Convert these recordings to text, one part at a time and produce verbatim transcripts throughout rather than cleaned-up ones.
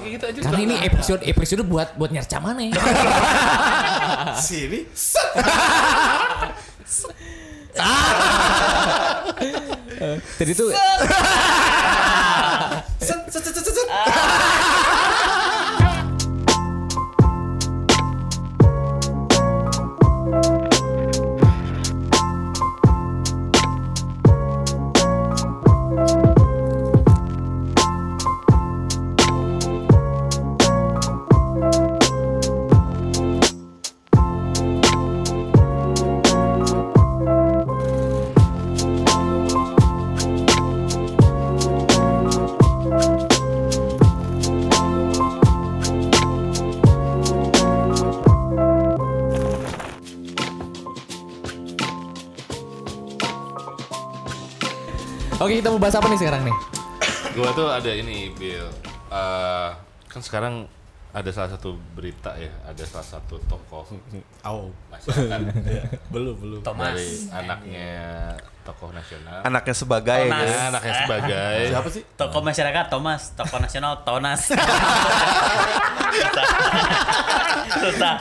kayak gitu aja. Karena ini episode episode buat buat nyerca mana ya? Sini. Tadi tuh Set set set set. Oke, kita mau bahas apa nih sekarang nih? Gua tuh ada ini, Bill. Uh, kan sekarang ada salah satu berita ya, ada salah satu tokoh Au. masyarakat Belum belum. Thomas. dari anaknya tokoh nasional. Anaknya sebagai Tonas. gitu. Nah, anaknya sebagai Siapa sih? Tokoh masyarakat Thomas, tokoh nasional Tonas. Susah.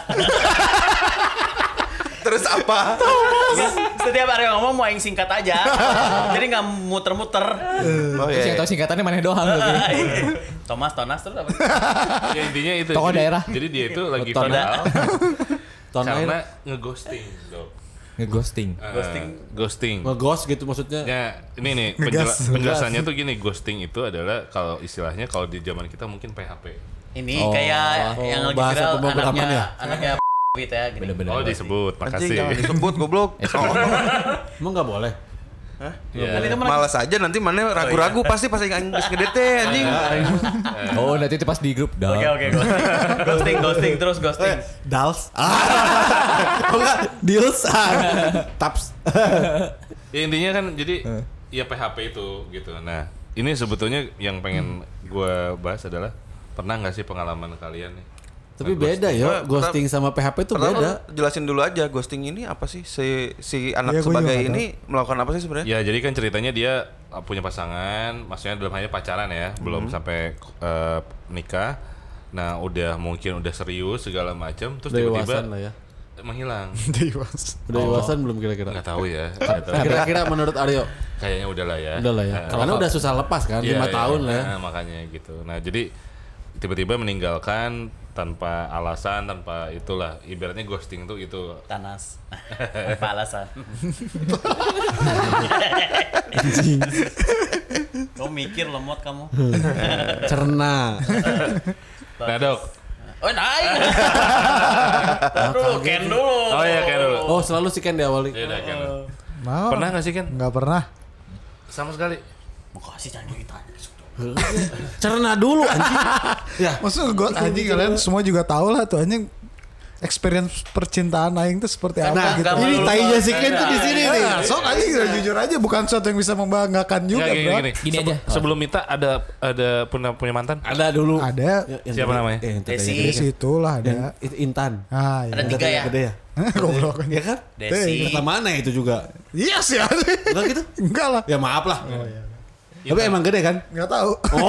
Terus apa? Setiap hari ngomong mau yang singkat aja. Jadi enggak muter-muter. Oh Terus yang iya. tahu singkatannya mana doang gitu. Thomas, Tonas terus apa? ya intinya itu. Tokoh jadi, daerah. Jadi dia itu lagi Tokoh viral Tahun karena lain ngeghosting, dok. Ngeghosting. Uh, Ghosting. Ghosting. nge-ghost gitu maksudnya. Ya, ini nih penjela- penjelasannya tuh gini, ghosting itu adalah kalau istilahnya kalau di zaman kita mungkin P H P. Ini Oh. kayak Oh, yang lagi bahasa viral pemrograman anaknya ya? anaknya gitu ya gini. Bener-bener. Oh, disebut. Anjing Makasih. jangan disebut goblok. Emang enggak boleh? Ya. Kan itu mah Malas aja nanti mana ragu-ragu pasti pas yang ngedete anjing. Oh, nanti itu pas di grup dah. Oke oke ghosting. ghosting ghosting terus ghosting. Dals. Ah. Oh enggak, deals. Ah. Taps. Ya intinya kan jadi ya P H P itu gitu. Nah, ini sebetulnya yang pengen gue bahas adalah pernah nggak sih pengalaman kalian nih? Tapi Nge-ghosting? beda ya, Pertama- ghosting sama P H P itu Pertama beda. jelasin dulu aja ghosting ini apa sih? Si si anak Iya, gua sebagai juga nggak ini melakukan apa sih sebenarnya? Ya jadi kan ceritanya dia uh, punya pasangan, maksudnya dalam hanya pacaran ya, belum sampai uh, nikah. Nah udah mungkin udah serius segala macam, terus tiba-tiba Dewasan lah ya. menghilang. Dewas. Udah dewasan belum kira-kira? Nggak tahu ya, nggak tahu. Kira-kira menurut Aryo? Kayaknya udah lah ya. Udah lah ya. Nah, Karena udah susah lepas kan, iya, lima iya. tahun lah ya. Nah, makanya gitu. Nah jadi tiba-tiba meninggalkan tanpa alasan, tanpa itulah. Ibaratnya ghosting tuh itu. Tanas. Apa alasan? Kamu mikir lemot kamu. Cerna. Nah dok. Oh naik. Dulu Ken dulu. Oh iya Ken dulu. Oh selalu sih kan diawali. Ya udah Ken dulu. Mau? Pernah nggak sih Ken? Nggak pernah. Sama sekali. Makasih jangan ditanya. Cerna dulu anjing. Ya. Maksudnya gue anjing kalian semua juga tahu lah tuh anjing experience percintaan aing tuh seperti apa Nah, gitu. kamu Ini dulu, tai Bang. Jessica tuh di sini nih. Sok anjing udah jujur aja bukan sesuatu yang bisa membanggakan juga, Nggak, gini, bro. gini. Gini Sebe- aja. Sebelum Mita ada ada punya punya mantan? Ada dulu. Ada. Yang Siapa tadi- namanya? Eh, yang tadi Desi. gede Di kan? situ lah Yang ada. itu Intan. Ah, Ada ya. tiga ya? Gede ya? Goblok. Iya kan? Desi. Kata mana itu juga? Iya sih. Enggak gitu? Enggak lah. Ya maaf lah. Oh iya. Tapi emang gede kan? Enggak tahu. Oh.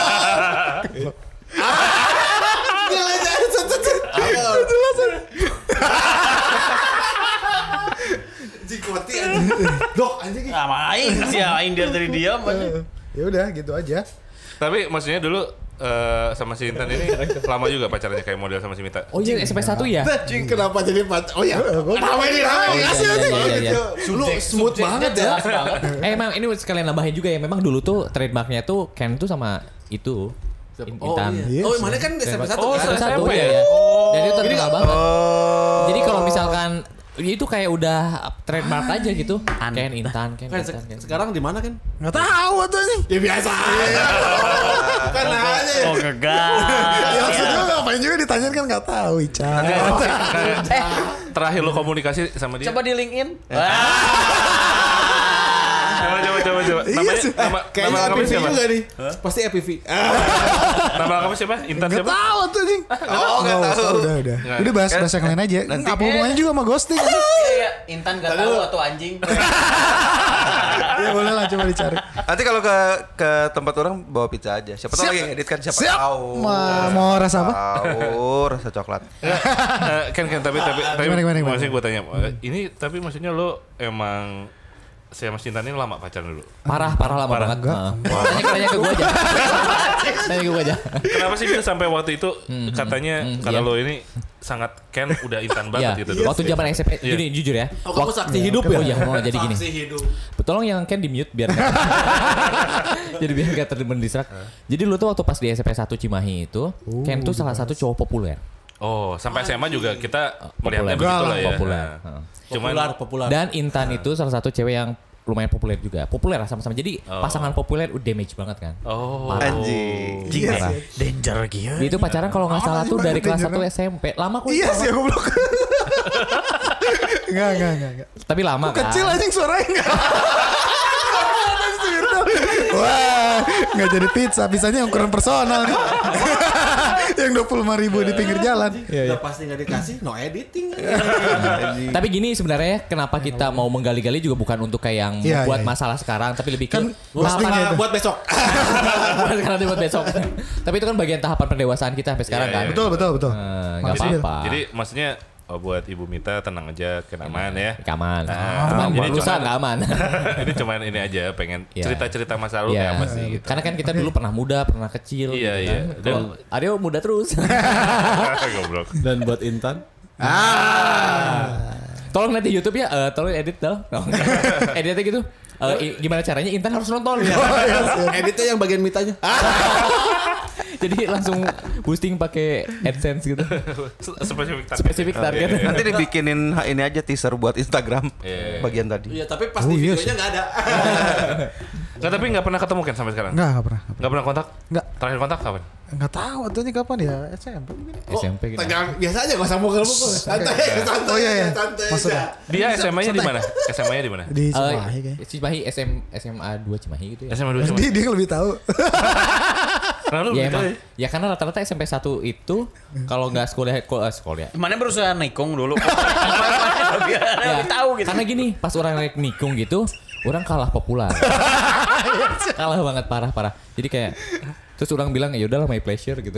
Jikoti anjing. Dok anjing. Ah main sih aing dia dari diam aja. Ya udah gitu aja. Tapi maksudnya dulu eh, sama si Intan ini lama juga pacarannya kayak model sama si Mita. Oh iya S M P satu ya? Anjing kenapa jadi pacar? Oh ya. Gua Kenapa ini ramai Oh, iya, kasih iya, aja. iya, iya, iya. Dulu smooth banget ya. Jelas banget. Eh emang ini sekalian nambahin juga ya. Memang dulu tuh trademarknya tuh Ken tuh sama itu. In- Oh Intan. iya. Yes. Oh mana kan S M P satu Oh, kan? Satu satu S M P ya. ya? Dan itu terkenal banget. Oh. Jadi kalau misalkan itu kayak udah trademark aja gitu. Ken Intan, Ken Kan Intan, se- Ken. sekarang di mana kan? Enggak tahu tuh anjing. Ya biasa. Kan aja. Oh gagal. Ya maksudnya ngapain juga ditanyain kan enggak tahu, Ica. Kayak terakhir lo komunikasi sama dia. Coba di LinkedIn. Coba coba coba coba. Namanya sih. nama nama Kayaknya lengkapnya A P V siapa? juga nih. Pasti A P V. Nama lengkapnya siapa? Intan Enggak siapa? tahu tuh anjing. Oh, enggak tahu. Udah, udah. Udah bahas bahas yang lain aja. Nanti- Apa hubungannya juga sama ghosting? Iya, iya. Intan gak tahu atau anjing. Ya boleh lah coba dicari. Nanti kalau ke ke tempat orang bawa pizza aja. Siapa tahu lagi ngedit kan siapa Siap. tahu. Ma- mau rasa apa? Tahu rasa coklat. Eh, kan kan tapi tapi tapi Gimana, gimana, gimana? maksudnya gue tanya eh, ini tapi maksudnya lo emang saya Mas Cinta ini lama pacaran dulu. Parah, parah lama Parah. banget. Heeh. Tanya tanya ke gue aja. Tanya ke gue aja. Kenapa sih bisa sampai waktu itu katanya hmm, kata iya. lo ini sangat Ken udah intan Iya. banget gitu dulu. Waktu zaman S M P, Iya. jadi jujur ya. Oh, kamu saksi hidup ya? Oh iya, oh, jadi gini. Saksi hidup. Tolong yang Ken di mute biar nggak- jadi biar gak terdistract. Jadi lu tuh waktu pas di S M P satu Cimahi itu, Ken tuh salah satu cowok populer. Oh, sampai S M A juga kita melihatnya Populer. begitu lah ya. Populer. Nah, Heeh. Cuman Populer, populer. Dan Intan itu salah satu cewek yang lumayan populer juga. Populer lah sama-sama. Jadi pasangan populer udah damage banget kan. oh. Parah. Anjing. Parah. Danger gitu. Dia itu pacaran kalau nggak salah tuh dari kelas satu S M P. Lama kok. Iya sih aku belum. Enggak, enggak, enggak, enggak. Tapi lama kan. Kecil anjing suaranya enggak. Wah, nggak jadi pizza, pizzanya yang ukuran personal nih. Yang dua puluh lima ribu di pinggir jalan. Udah pasti nggak dikasih, no editing. Tapi gini sebenarnya kenapa kita mau menggali-gali juga bukan untuk kayak yang Iya, membuat iya, iya. masalah sekarang, tapi lebih ke Kan tahapan posting itu. buat besok. Bukan karena buat besok. Tapi itu kan bagian tahapan pendewasaan kita sampai sekarang Iya, kan. iya. Betul, betul, betul. Eh, nggak Makasih. apa-apa. Jadi maksudnya oh, buat Ibu Mita tenang aja, kan aman ya. aman. Ah, Cuman jadi buat lusa cuman- nggak aman. Ini cuman ini aja pengen Iya. cerita-cerita masa lalu Iya. kayak apa sih gitu. Karena kan kita dulu pernah muda, pernah kecil. Iya, gitu iya. kan. Dan- Kalau Aryo muda terus. Goblok. Dan buat Intan. Tolong nanti YouTube ya, eh, tolong edit dong. Editnya gitu. Eh, i- gimana caranya Intan harus nonton. Editnya yang bagian mitanya. Jadi langsung boosting pakai AdSense gitu. Spesifik target. Spesifik target. Nanti dibikinin ha- ini aja teaser buat Instagram Iya. bagian tadi. Iya, tapi pas Oh, di iya videonya sih. nggak ada. Nggak, tapi nggak pernah ketemu kan sampai sekarang? Enggak, enggak pernah. Nggak pernah kontak? Enggak. Terakhir kontak kapan? Enggak tahu atunya kapan ya? S M P mungkin. S M P gitu. Tegang biasa aja nggak usah mukul-mukul. Santai, santai. Oh iya, iya. Santai Maksudnya? aja. Dia S M A-nya di mana? S M A-nya di mana? Di Eh, Cimahi kayaknya. Cimahi S M S M A dua Cimahi gitu ya. S M A dulu cuma. Dia, dia lebih tahu. Nah, lu Ya gitu emang. ya? Ya karena rata-rata S M P satu itu kalau nggak sekolah sekolah, sekolah Mana berusaha nikung dulu. Biar ya, lebih tahu gitu. Karena gini, pas orang naik nikung gitu, orang kalah populer. Kalah banget parah-parah. Jadi kayak terus orang bilang ya udahlah my pleasure gitu.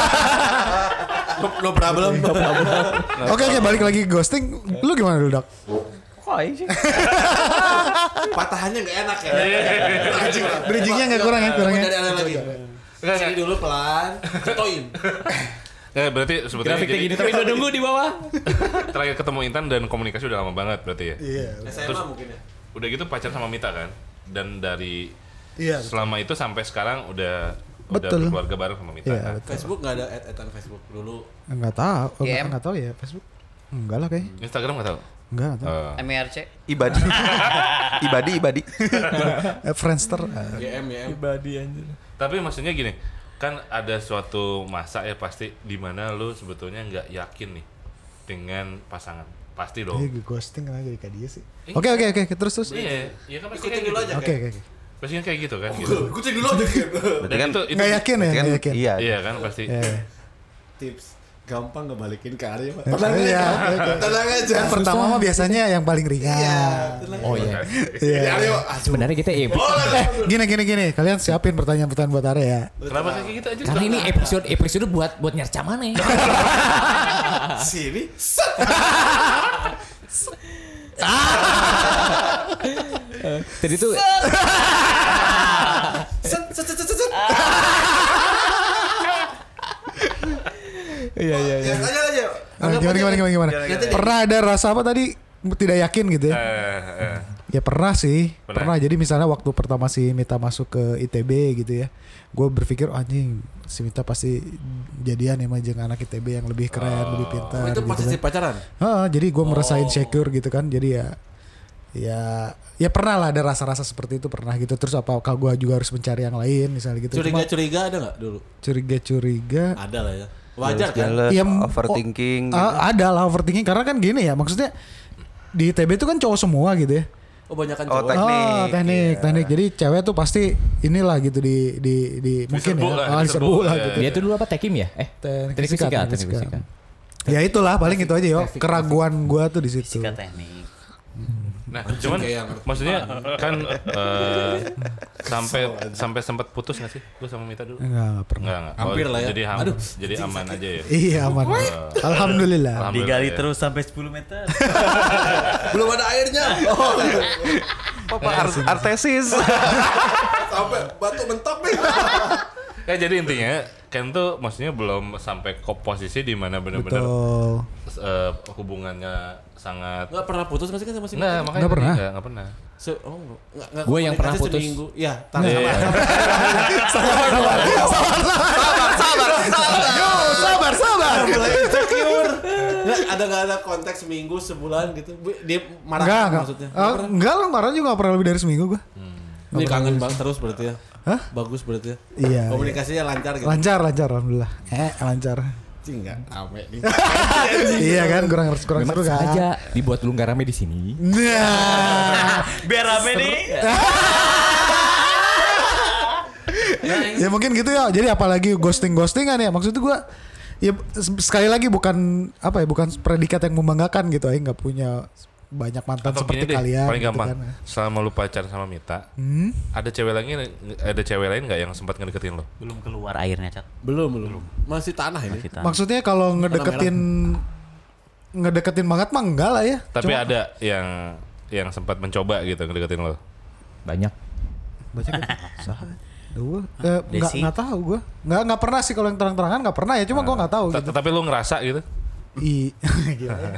No problem. Oke, oke, balik lagi ke ghosting. Lu gimana dulu, Dok? Kok aja sih? Patahannya nggak enak ya. Bridgingnya nggak kurang ya, kurang ya. Dari ada lagi. Sini dulu pelan, jatuhin. Eh, berarti sebetulnya Grafiknya jadi gini tapi udah nunggu di bawah. terakhir ketemu Intan dan komunikasi udah lama banget berarti ya? Iya. S M A mungkin ya. Udah gitu pacar sama Mita kan? Dan dari Iya. selama itu sampai sekarang udah Betul. udah berkeluarga bareng sama Mita Iya, kan? betul. Facebook nggak ada add-addan Facebook dulu. Enggak tahu. Oh, I M. enggak tahu ya Facebook. Enggak lah kayaknya. Instagram nggak tahu? Enggak, enggak tahu. Eh, M I R C. Ibadi. ibadi, ibadi. Eh, Friendster. eh, Y M, Y M. tapi maksudnya gini, kan ada suatu masa ya pasti di mana lu sebetulnya nggak yakin nih dengan pasangan. Pasti dong. Iya, ghosting kenapa jadi kayak dia sih? Eh, Oke, oke, oke, terus terus. Oke, Iya, iya kan pasti Ikutin kayak dulu gitu. aja. oke. oke. Pasti kan kayak gitu kan gitu. Ikutin dulu aja kan. Berarti Dan kan itu, itu Nggak yakin ya, berarti kan nggak yakin. iya. Iya kan pasti. Iya. Tips gampang ngebalikin ke Arya, Pak. Tenang aja. Oke, oke. Tenang aja. Yang pertama mah biasanya yang paling ringan. Oh iya. Iya. Jadi Arya, aduh. Sebenarnya kita ya, Eh, gini gini gini. Kalian siapin pertanyaan-pertanyaan buat Arya ya. Kenapa kayak gitu aja? karena ini episode episode buat buat nyerca mana ya. Sini. Set. Tadi tuh Set, set, set, set, set. iya iya Ya, tanya aja. Nah, gimana gimana gimana gimana. Pernah ada rasa apa tadi tidak yakin gitu ya? Eh, eh. Ya pernah sih, Pernah. pernah. Jadi misalnya waktu pertama si Mita masuk ke I T B gitu ya, gue berpikir oh, anjing si Mita pasti jadian emang jeung anak I T B yang lebih keren, lebih pintar. Itu gitu posisi kan. pacaran. Ah, jadi gue merasa Oh. insecure gitu kan. Jadi ya, ya, ya pernah lah ada rasa-rasa seperti itu pernah gitu. Terus apakah gue juga harus mencari yang lain misalnya gitu? Cuma Curiga-curiga ada nggak dulu? curiga-curiga. Ada lah ya. Wajar kan? Jealous, Ya, m- overthinking. oh, gitu. ah, ada lah overthinking karena kan gini ya, maksudnya di I T B itu kan cowok semua gitu ya. Oh banyak kan Oh, cowok. teknik. Oh, teknik, iya. teknik. Jadi cewek tuh pasti inilah gitu di di di mungkin Diserbu ya, lah, ah, diserbu, diserbu lah iya. gitu. dia tuh dulu apa tekim ya? Eh, Teknik teknik fisika, fisika, teknik teknik fisika. fisika. Ya itulah paling itu aja yo. Keraguan gua tuh di situ. Fisika teknik. Nah, cuman kayak yang- maksudnya kan eh, sampai sampai sempat putus nggak sih lu sama Mita dulu? Enggak, enggak pernah. Enggak, enggak. Hampir lah ya. Jadi ham- Aduh, jadi aman aja ya. Iya aman. Alhamdulillah. Alhamdulillah Digali ya. terus sampai sepuluh meter. Belum ada airnya. Oh, Apa ar- artesis? sampai batu mentok nih. Ya jadi intinya Ken tuh maksudnya belum sampai ke posisi di mana benar-benar Betul. eh, hubungannya sangat. Enggak pernah putus masih kan sama si Nah, makanya Nggak pernah. Enggak, enggak pernah. Se oh, enggak enggak. Gue yang pernah komunikasi putus. seminggu. Iya, tahan Iya, sama. Yo, sabar, sabar. Mulai insecure. Nggak, ada enggak ada konteks seminggu, sebulan gitu. Bu- Dia marah Enggak, enggak. maksudnya. Ah, enggak lah, marah juga enggak pernah lebih dari seminggu gua. Ini kangen banget terus berarti ya. Hah? Bagus berarti ya. Iya. Komunikasinya lancar gitu. Lancar, lancar alhamdulillah. Eh, lancar. Cing enggak ame nih. Iya kan, kurang kurang Memang seru kan. sengaja dibuat lu nggak rame di sini. Nah. Biar rame nih. Ya mungkin gitu ya. Jadi apalagi ghosting-ghostingan ya. Maksudnya gua ya sekali lagi bukan apa ya, bukan predikat yang membanggakan gitu. Aing nggak punya banyak mantan Atau seperti gini deh, kalian. paling gitu gampang. kan. Selama lu pacaran sama Mita, Hmm? ada cewek lain ada cewek lain nggak yang sempat ngedeketin lo? Belum keluar airnya, Cat. Belum, belum. Masih tanah ini. Kita. Maksudnya kalau ngedeketin ngedeketin banget mah enggak lah ya. Tapi Cuma- ada yang yang sempat mencoba gitu ngedeketin lo. Banyak. baca gitu. Saha? Gua eh, nggak Desi? nggak tahu gua. Nggak nggak pernah sih kalau yang terang-terangan nggak pernah ya. Cuma gua nggak tahu Ta- gitu. Tapi lu ngerasa gitu? I, Gila ya.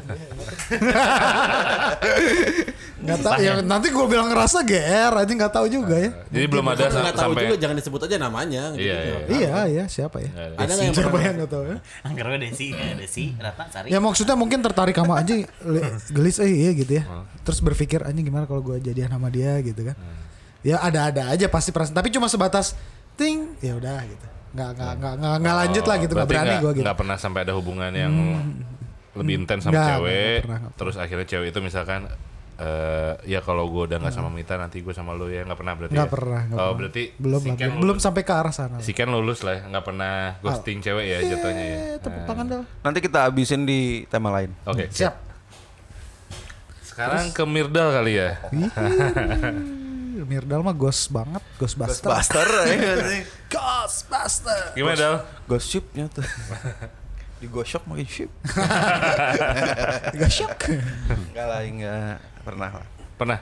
Nggak tahu ya, nanti gue bilang ngerasa G R aja nggak tahu juga ya. Jadi belum ada Kan sa- nggak tahu sampai juga, jangan disebut aja namanya. Gitu. Iya, iya. Iya iya siapa ya? Nggak ada. Ada nggak yang Siapa pernah? yang nggak tahu ya? Angkernya Desi, ya Desi, Ratna, Sari. Ya maksudnya mungkin tertarik sama anjing li- gelis eh iya gitu ya. Terus berpikir anjing gimana kalau gue jadian sama dia gitu kan. Ya ada-ada aja pasti perasaan, tapi cuma sebatas ting ya udah gitu. Nggak nggak nggak nggak nggak lanjut lah gitu, nggak Berarti berani nggak- gue gitu. nggak pernah sampai ada hubungan yang lebih intens sama Nggak, cewek. nggak, nggak pernah, nggak Terus akhirnya cewek itu misalkan eh ya kalau gue udah nggak sama Mita nanti gue sama lu ya nggak pernah berarti. Nggak ya? pernah, nggak Oh pernah. berarti Belum si lah, Ken belum, belum lulus- sampai ke arah sana. Si Ken lulus lah ya, nggak pernah ghosting cewek ya jatuhnya ya. Eh, tepuk tangan dong. Nanti kita habisin di tema lain. Oke. Siap. Sekarang ke Mirdal kali ya. Ih, Mirdal mah ghost banget, ghostbuster. Buster ya sih. Ghostbuster. Gimana Dal? Gosipnya tuh. Di gosok makin ship. Gak shock. Enggak lah, enggak pernah lah. Pernah?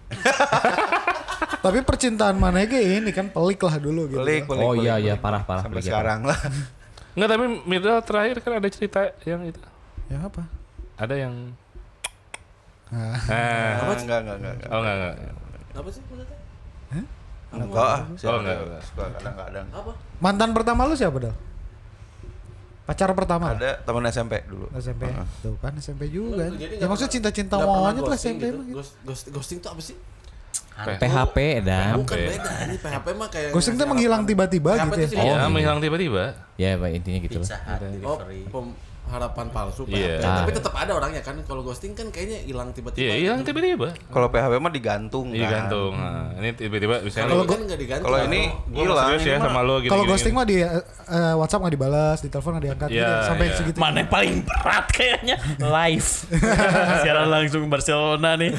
Tapi percintaan Manege ini kan pelik lah dulu gitu. Pelik, pelik. Oh pelik, iya iya pelik. parah parah. Sampai Pelik ya, sekarang lah. Enggak, tapi Mirdal terakhir kan ada cerita yang itu. Ya apa? Ada yang Nah, Nah, Apa? Enggak, enggak, enggak. enggak. oh enggak enggak. Apa sih maksudnya? Enggak, ah. Oh, enggak. Suka kadang-kadang. Apa? mantan pertama lu siapa Dal? Pacar pertama? Ada teman S M P dulu. S M P. Heeh. Tuh kan S M P juga. Jadi Ya nggak maksudnya pernah- cinta-cinta nggak pernah monyet lah S ghosting M P gitu. mah gitu. Ghost- ghost- Ghosting tuh apa sih? P H P dan Bukan Oke. beda, ini P H P mah kayak Ghosting tuh ngasih menghilang harapan. tiba-tiba P H P gitu tuh ya? sih Iya, dia- menghilang tiba-tiba. ya Pak, intinya gitu lah. Pizza Hut Oh, delivery. pem- harapan palsu P H P. Iya. Tapi tetap ada orangnya kan. Kalau ghosting kan kayaknya hilang tiba-tiba. Iya, hilang gitu. tiba-tiba. Kalau P H P mah digantung Iya kan. gantung. Nah, ini tiba-tiba misalnya Kalau lu- kan nggak diganti. Kalau ini gua hilang. serius ya ini mah sama lu gini. Kalau ghosting mah di eh, WhatsApp nggak dibalas, di telepon nggak diangkat, Iya, gitu ya, sampai iya. segitu. Mana yang paling berat kayaknya live. Siaran langsung Barcelona nih.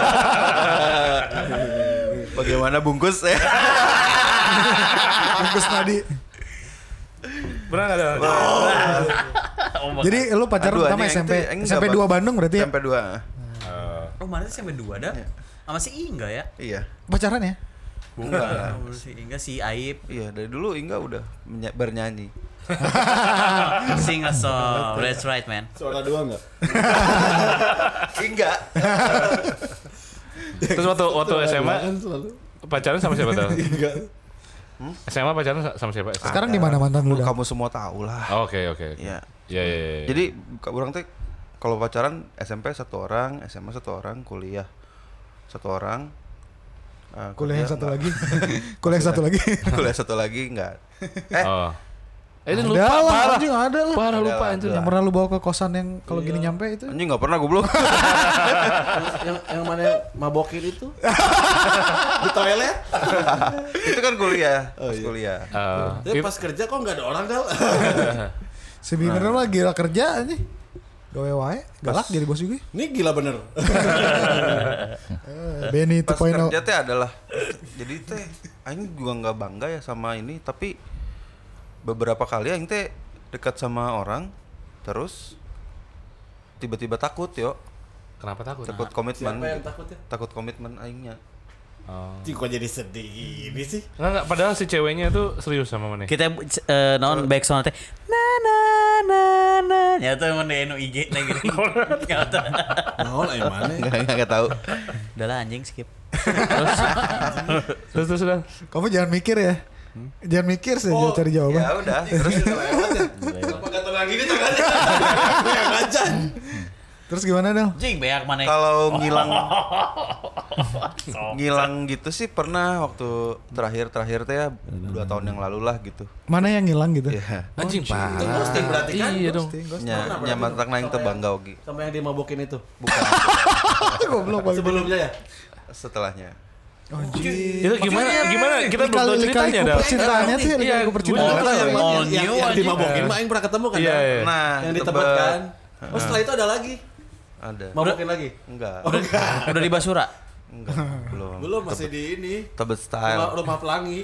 bagaimana bungkus ya? Bungkus nadi. Pernah enggak ada? Oh, Jadi lu pacaran Aduh, pertama anjing, S M P, yang itu- yang S M P enggak, dua Bang. Bandung berarti ya? S M P dua. oh mana sih sampai dua dah? Sama si Inga ya? Iya. Pacaran ya? Enggak. Oh, si Inga si Aib Iya, dari dulu Inga udah menya- bernyanyi. sing a song. That's right man. Suara dua enggak? Enggak. Terus waktu waktu S M A Kan selalu. pacaran sama siapa tuh? Enggak. S M A pacaran sama siapa? Sekarang di mana mantan lu? Dal? Kamu semua tahu lah. Oh, Oke oke. oke. Iya. Iya iya. iya. Jadi ka- orang teh kalau pacaran S M P satu orang, S M A satu orang, kuliah satu orang. eh, Kuliah yang kerja satu enggak. lagi. Kuliah yang satu lagi. Kuliah satu lagi enggak. Eh, Oh. Eh, ini Ada lupa lah, parah. anjing ada lah. Parah Ada lupa lah, anjir. ada Yang pernah lu bawa ke kosan yang kalau gini nyampe itu? anjing enggak pernah goblok. yang yang mana mabokin itu? Di toilet? Itu kan kuliah, pas kuliah. Eh, Tapi pas kerja kok nggak ada orang Dal? Sebenarnya mah gila kerja nih. Gawe wae, galak jadi bos juga. Ini gila bener. Benny Pas two point oh. kerja teh adalah jadi teh aing juga nggak bangga ya sama ini, tapi beberapa kali aing teh dekat sama orang terus tiba-tiba takut yo. Kenapa takut? Takut komitmen. Siapa yang gitu. takut ya? Takut komitmen aingnya. Oh. Cing, kok jadi sedih gini sih? Enggak, enggak, padahal si ceweknya tuh serius sama mana? Kita eh naon back sound teh na na na na nyata mun di nu I G na gitu. Nyata. Naon aing mana? Enggak enggak tahu. Udah lah anjing skip. Terus terus sudah. Kamu jangan mikir ya. Jangan mikir saja Oh, cari jawaban. Ya udah, terus Lewat ya? Kenapa gak tenang gini tangannya? Yang ajan. Terus gimana Del? Anjing beak mana? kalau ngilang ngilang gitu sih pernah waktu terakhir-terakhir teh ya dua tahun yang lalu lah gitu. Mana yang hilang gitu? Iya. Anjing Itu parah. ghosting berarti kan? Iya dong. Nya nya mantak naing teh bangga oge. Sama yang dimabokin itu. Bukan Goblok banget. Sebelumnya ya? setelahnya. Anjing. Itu gimana? Gimana? Kita belum tahu Kali-kali ceritanya ku dah. percintaannya tuh ya, Iya, kali-kali ku gue percintaan. juga Oh, yang, All yang, yang, new, yang anjing. dimabokin mah aing pernah ketemu kan? Iya, Dal? iya. Nah, Yang Tebet. ditebet kan? Oh setelah itu ada lagi? Ada. Mabokin lagi? Enggak. Udah di Basura. Enggak. Belum. Belum, masih di ini. Tebet Rumah, style. rumah pelangi.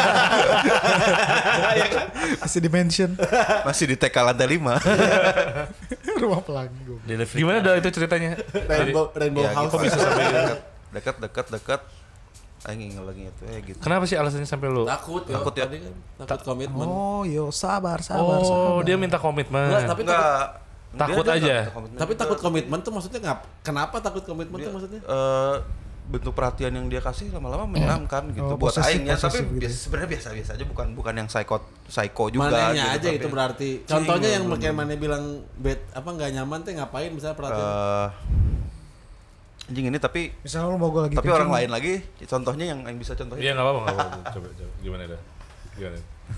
Masih di mention. Masih di T K lantai lima. Rumah pelangi gue. Gimana dah itu ceritanya? Rainbow, Rainbow Ya, House. gitu bisa sampai dekat. Dekat dekat dekat. Aing ingat lagi itu ya gitu. Kenapa sih alasannya sampai lu? Takut ya. Takut ya. Tadi kan, takut komitmen. Oh, yo sabar, sabar, Oh, sabar. dia minta komitmen. Enggak, tapi takut, Enggak. Takut Dia aja. takut komitmen tapi juga. takut komitmen tuh maksudnya ngap? Kenapa takut komitmen tuh maksudnya? Eh, bentuk perhatian yang dia kasih lama-lama menyenangkan gitu Oh, buat posesif, aing ya, tapi posesif gitu. biasa, sebenarnya biasa-biasa aja, bukan bukan yang psycho psycho juga Mananya gitu, aja tapi- itu berarti. Contohnya yang kayak mana bilang bed apa nggak nyaman teh ngapain misalnya perhatian. Eh, anjing ini tapi Misalnya lu mau gue lagi tapi kencing. orang lain lagi contohnya yang yang bisa contohin. Iya, enggak apa-apa, enggak apa-apa. Coba coba gimana dah? Gimana?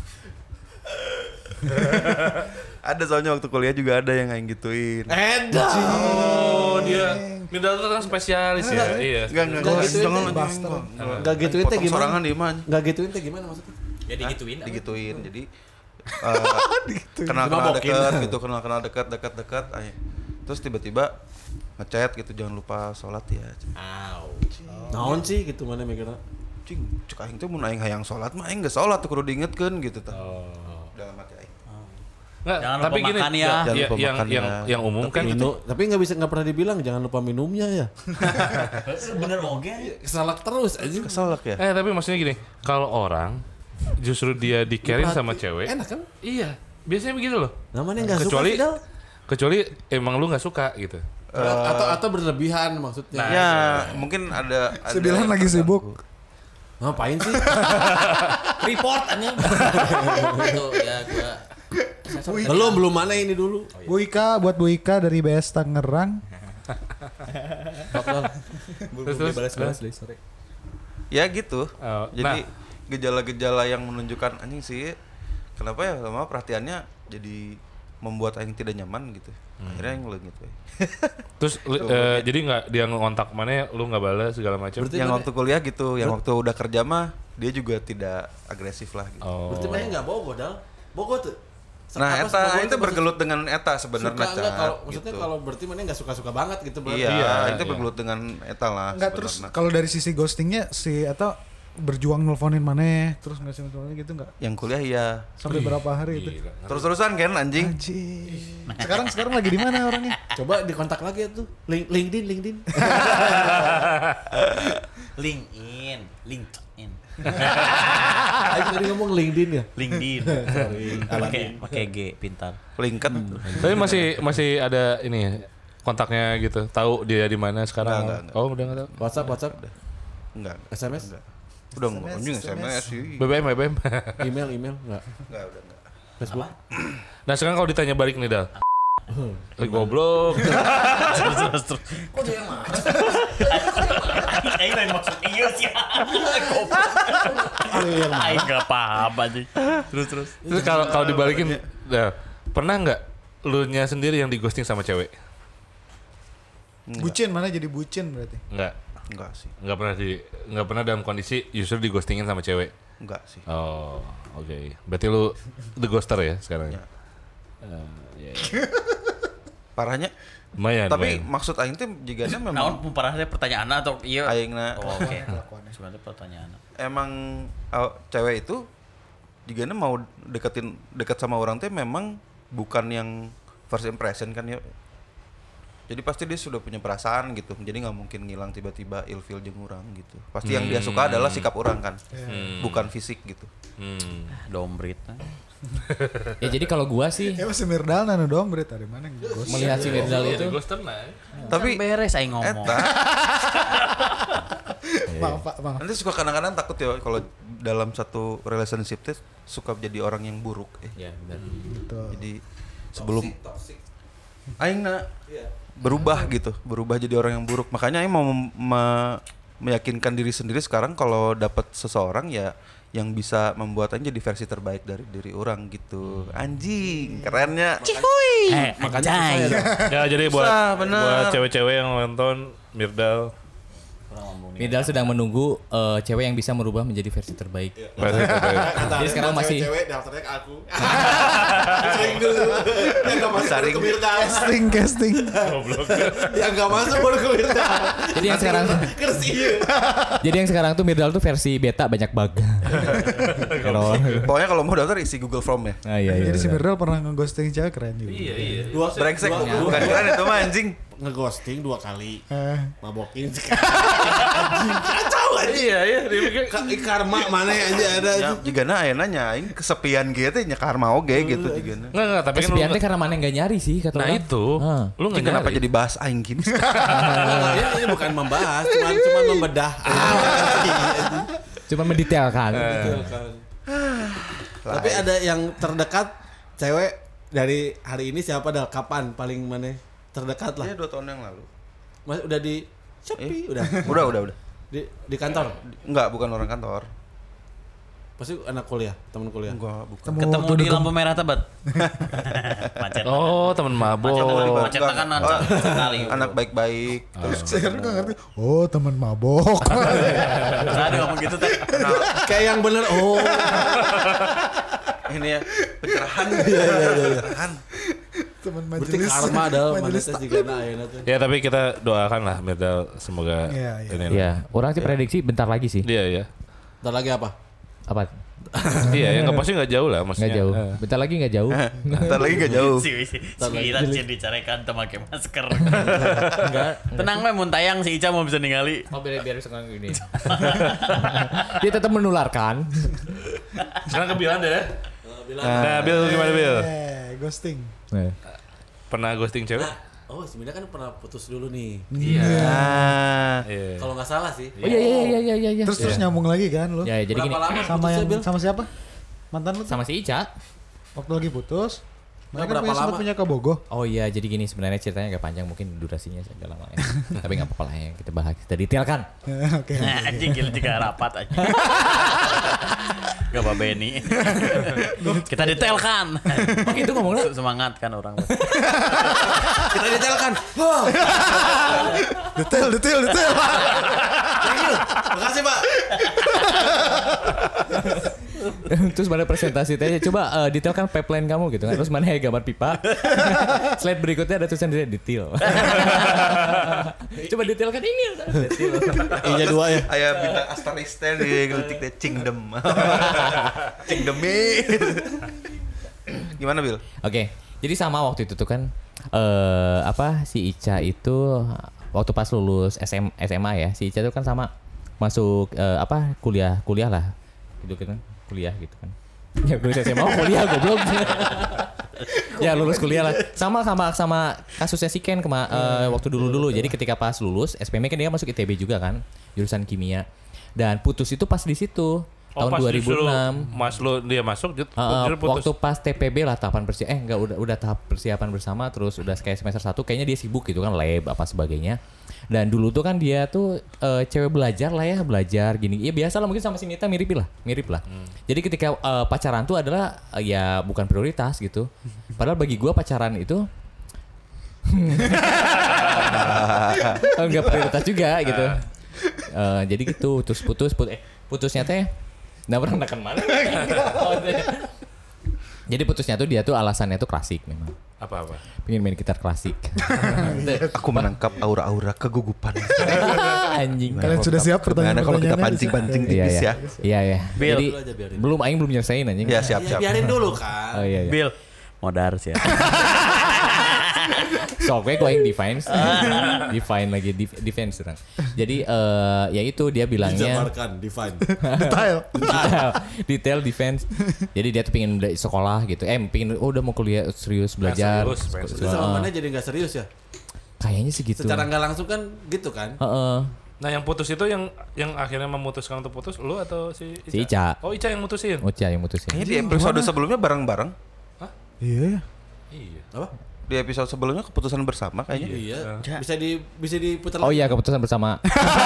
Ada soalnya waktu kuliah juga ada yang aing gituin. Edan. Oh, dia Nidal tuh kan spesialis ya. Iya. Enggak enggak Nggak enggak gituin jangan teh, anjing, bastard. enggak. Nggak gituin teh Potong gimana? sorangan di mana? Nggak gituin teh gimana maksudnya? Ya digituin. Digituin. Jadi eh, kenal kenal Dimabokin. dekat gitu, kenal kenal dekat dekat dekat. ay. Terus tiba-tiba ngechat gitu, jangan lupa sholat ya. Aw. Naon sih gitu mana mikirnya? Cing, cek aing teh mun aing hayang sholat mah aing geus sholat tuh kudu diingetkeun gitu tah. Oh. Dalam hati aing. Enggak, Jangan tapi lupa gini, makan ya. ya, Jangan ya, lupa yang makan yang ya. yang umum kan itu. Minum, tapi nggak bisa nggak pernah dibilang jangan lupa minumnya ya. Bener oke. Kesalak terus aja. Keselak ya. Eh, tapi maksudnya gini, kalau orang justru dia di-carry Diperhati- sama cewek. Enak kan? Iya, biasanya begitu loh. Namanya nggak suka Kecuali sih, Dal. kecuali emang lu nggak suka gitu. atau atau berlebihan maksudnya. Ya, mungkin ada ada Sembilan lagi sibuk. Ngapain sih? Report aja. Itu ya gua. belum belum mana ini dulu. Bu Ika, buat Bu Ika dari B S Tangerang. Terus terus. Balas-balas deh, sorry. Ya gitu. Oh, Jadi nah. gejala-gejala yang menunjukkan anjing sih kenapa ya lama perhatiannya jadi membuat aing tidak nyaman gitu. Akhirnya aing leungit we. Terus lu- eh, jadi nggak dia ngontak mana lu nggak balas segala macam. Berarti Yang mana- waktu kuliah gitu, yang waktu udah kerja mah dia juga tidak agresif lah gitu. Oh. Berarti mana nggak bogo dal? Bogo tuh. Nah, Apa eta bogo itu maksud- bergelut dengan eta suka sebenarnya enggak Cat, kalau maksudnya gitu. kalau berarti mana nggak suka-suka banget gitu berarti. Iya, Iya, itu iya. bergelut dengan eta lah. Enggak, terus sebenarnya. kalau dari sisi ghostingnya si atau berjuang nelfonin mana terus ngasih nelfonin gitu enggak? Yang kuliah iya. Sampai berapa hari itu? Gila. Terus-terusan kan anjing. Anjing. Sekarang sekarang lagi di mana orangnya? Coba dikontak lagi ya tuh. Link, LinkedIn, LinkedIn. LinkedIn, LinkedIn, Ayo tadi ngomong LinkedIn ya. LinkedIn. Pakai pakai G, pintar. Linket. Tapi masih masih ada ini ya, kontaknya gitu. Tahu dia di mana sekarang? Enggak, enggak, Oh, udah enggak tahu. WhatsApp, WhatsApp, Enggak. S M S, Enggak. Udah enggak anjing S M S sih. B B M, B B M. email, email, enggak. Enggak, udah enggak. Facebook. Nah, sekarang kalau ditanya balik nih, Dal. Eh, goblok. Terus terus terus. Kok dia yang macet? Aing lain maksud iya sih. Aing enggak paham aja. Terus terus. Terus kalau kalau dibalikin, nah, pernah nggak lu nya sendiri yang di ghosting sama cewek? Bucin mana jadi bucin berarti? Enggak. Enggak sih. Enggak pernah di enggak pernah dalam kondisi justru di ghostingin sama cewek. Enggak sih. Oh, oke. Berarti lu the ghoster ya sekarang? Ya. Eh, iya. Parahnya. Lumayan. Tapi lumayan. maksud aing teh jigana Naon memang parahnya pertanyaan atau iya? aingna Oh, oke. Sebenarnya pertanyaan. emang uh, cewek itu jigana mau deketin dekat sama orang teh memang bukan yang first impression kan ya. Jadi pasti dia sudah punya perasaan gitu. Jadi nggak mungkin ngilang tiba-tiba ilfil jeung urang gitu. Pasti yang dia suka adalah sikap orang kan. Bukan fisik gitu. Hmm. Dombrit. Ya jadi kalau gua sih Ya masih Mirdal nanu dong berit dari mana yang ghost. melihat si Mirdal itu Ghoster nah. Tapi beres aing ngomong. eta Maaf Pak, maaf. nanti suka kadang-kadang takut ya kalau dalam satu relationship teh suka jadi orang yang buruk eh. ya benar. Betul. Jadi sebelum aing na berubah gitu, berubah jadi orang yang buruk. Makanya aing mau mem- me- meyakinkan diri sendiri sekarang kalau dapat seseorang ya yang bisa membuat aing jadi versi terbaik dari diri orang gitu. Anjing, kerennya. Eh, anjay. Ya jadi buat Susah, bener. buat cewek-cewek yang nonton Mirdal Mirdal sedang menunggu eh, cewek yang bisa merubah menjadi versi terbaik. versi terbaik. Jadi sekarang masih cewek daftarnya ke aku. Sering dulu. Yang enggak masuk Saring. baru ke Mirdal. Casting, casting. Yang enggak masuk baru ke Mirdal. Jadi yang sekarang Kersi. Jadi yang sekarang tuh Mirdal tuh versi beta banyak bug. Error. Pokoknya kalau mau daftar isi Google Form ya. Ah iya iya. Jadi si Mirdal pernah nge-ghosting cewek keren juga. Iya iya. Dua Brengsek, dua- bukan keren itu mah anjing. ngeghosting dua kali. Eh, Mabokin sekali. Anjing kacau anjing. Iya iya. Dia pikir Ka- karma mana yang aja ada Ya, anjing. jigana ayeuna nya aing kesepian gitu nya karma oge gitu jigana. enggak enggak tapi kan lu Kesepian teh karena mana yang gak nyari sih kata Nah orang. itu, Ah. lu nggak Anjing, kenapa nyari. jadi bahas aing gini? Ya, ini bukan membahas, cuma cuma membedah. Cuma mendetailkan. Betul kan. Tapi ada yang terdekat cewek dari hari ini siapa dah? Kapan paling mana terdekat lah? Ya dua tahun yang lalu. Mas udah di Shopee udah. Udah udah udah. Di di kantor. Enggak, bukan orang kantor. Pasti anak kuliah, teman kuliah. Enggak, bukan. Temu Ketemu waktu di dekat- lampu merah tebat. Macet. Oh, teman mabok. Macet kan Oh, sekali. anak baik-baik. Terus saya kan nggak ngerti. Oh teman mabok. Tadi ngomong gitu teh. Kayak yang bener oh. ini ya pencerahan. Pencerahan. Teman Berarti majelis. karma adalah mana majelis teh taklim. juga na ayeuna teh. Ya tapi kita doakan lah Mirdal semoga Iya, iya. ini. Iya, orang sih prediksi bentar lagi sih. Iya ya. Ntar lagi apa? Apa? Iya, yang pasti nggak jauh lah maksudnya. Nggak jauh. Eh. Bentar lagi nggak jauh. Ntar lagi gak jauh. Si si Iran sih dicarekan teu make masker. Tenang we mun tayang si Ica mau bisa ningali. Oh biar biar sekarang gini. Dia tetap menularkan. Sekarang ke Bilan deh. Bilang. Nah, Bil gimana Bil? Eh, ghosting. Pernah ghosting cewek? Oh, sebenarnya kan pernah putus dulu nih. Ah. Iya. Kalau nggak salah sih. Oh iya iya iya iya iya. iya. Terus terus nyambung lagi kan lu? Ya, ya, jadi gini. Berapa lama Sama putusnya, yang Bil? sama siapa? Mantan lu tuh? Sama si Ica. Waktu lagi putus. Mereka berapa punya, sempat lama? punya kabogo. Oh iya, jadi gini sebenarnya ceritanya agak panjang, mungkin durasinya agak lama ya. Tapi nggak apa-apa lah ya, kita bahas, kita detailkan. Oke. Nah, anjing gila juga rapat aja. Gak apa Benny. Kita detailkan. Oh gitu ngomongnya. Semangat kan orang. Kita detailkan. Detail, detail, detail. Thank you. Makasih, Pak. Terus mana presentasi tanya, coba uh, detailkan pipeline kamu gitu kan. Terus mana ya gambar pipa. Slide berikutnya ada tulisan detail. Coba detailkan ini. Detail. Iya dua ya. Aya bintang asteris teh di geutik teh Cingdem. Cingdemi. Gimana Bil? Oke, jadi sama waktu itu tuh kan eh apa si Ica itu waktu pas lulus S M, S M A ya, si Ica tuh kan sama masuk eh, apa kuliah kuliah lah gitu kan kuliah gitu kan. Ya lulus S M A oh, kuliah goblok. Ya lulus kuliah lah. Sama sama sama kasusnya si Ken kema eh, waktu dulu-dulu. Jadi ketika pas lulus S P M kan dia masuk I T B juga kan, jurusan kimia. Dan putus itu pas di situ. Oh, Tahun pas dua ribu enam. disuruh Mas lu dia masuk dia, Uh, dia putus. waktu pas T P B lah tahapan persiapan eh enggak udah udah tahap persiapan bersama terus udah kayak semester satu kayaknya dia sibuk gitu kan lab apa sebagainya. Dan dulu tuh kan dia tuh uh, cewek belajar lah ya, belajar gini. Ya biasa lah mungkin sama si Nita mirip lah, mirip lah. Hmm. Jadi ketika uh, pacaran tuh adalah uh, ya bukan prioritas gitu. Padahal bagi gua pacaran itu enggak prioritas juga gitu. Uh, jadi gitu terus putus put eh putusnya teh nggak pernah nekan mana. Jadi putusnya tuh dia tuh alasannya tuh klasik memang. Apa-apa? Pengen main gitar klasik. Aku menangkap aura-aura kegugupan. Anjing. Kalian sudah siap Gimana kalau kita pertanyaan-pertanyaannya? pancing-pancing Iya tipis ya. ya? Iya ya. Bill. Jadi Dulu aja biarin. belum aing belum nyelesain anjing. Ya Ya, siap-siap. biarin dulu kan. Oh iya iya. Bill. Modar sih ya. So, gue aing defense. Define lagi def- defense orang. Jadi eh ya itu dia bilangnya Dijabarkan, define. Detail. detail, detail defense. Jadi dia tuh pengen udah sekolah gitu. Eh, pengen oh udah mau kuliah serius belajar. serius, pengen Itu sama mana jadi nggak serius ya? Kayaknya sih gitu. Secara nggak langsung kan gitu kan? Heeh. Nah yang putus itu yang yang akhirnya memutuskan untuk putus lu atau si Ica? Si Ica. Oh Ica yang mutusin? Uca yang mutusin. Kayaknya di episode sebelumnya bareng-bareng. Iya. Iya. Apa? Di episode sebelumnya keputusan bersama kayaknya. Iya. Bisa di bisa diputar Oh iya, keputusan bersama.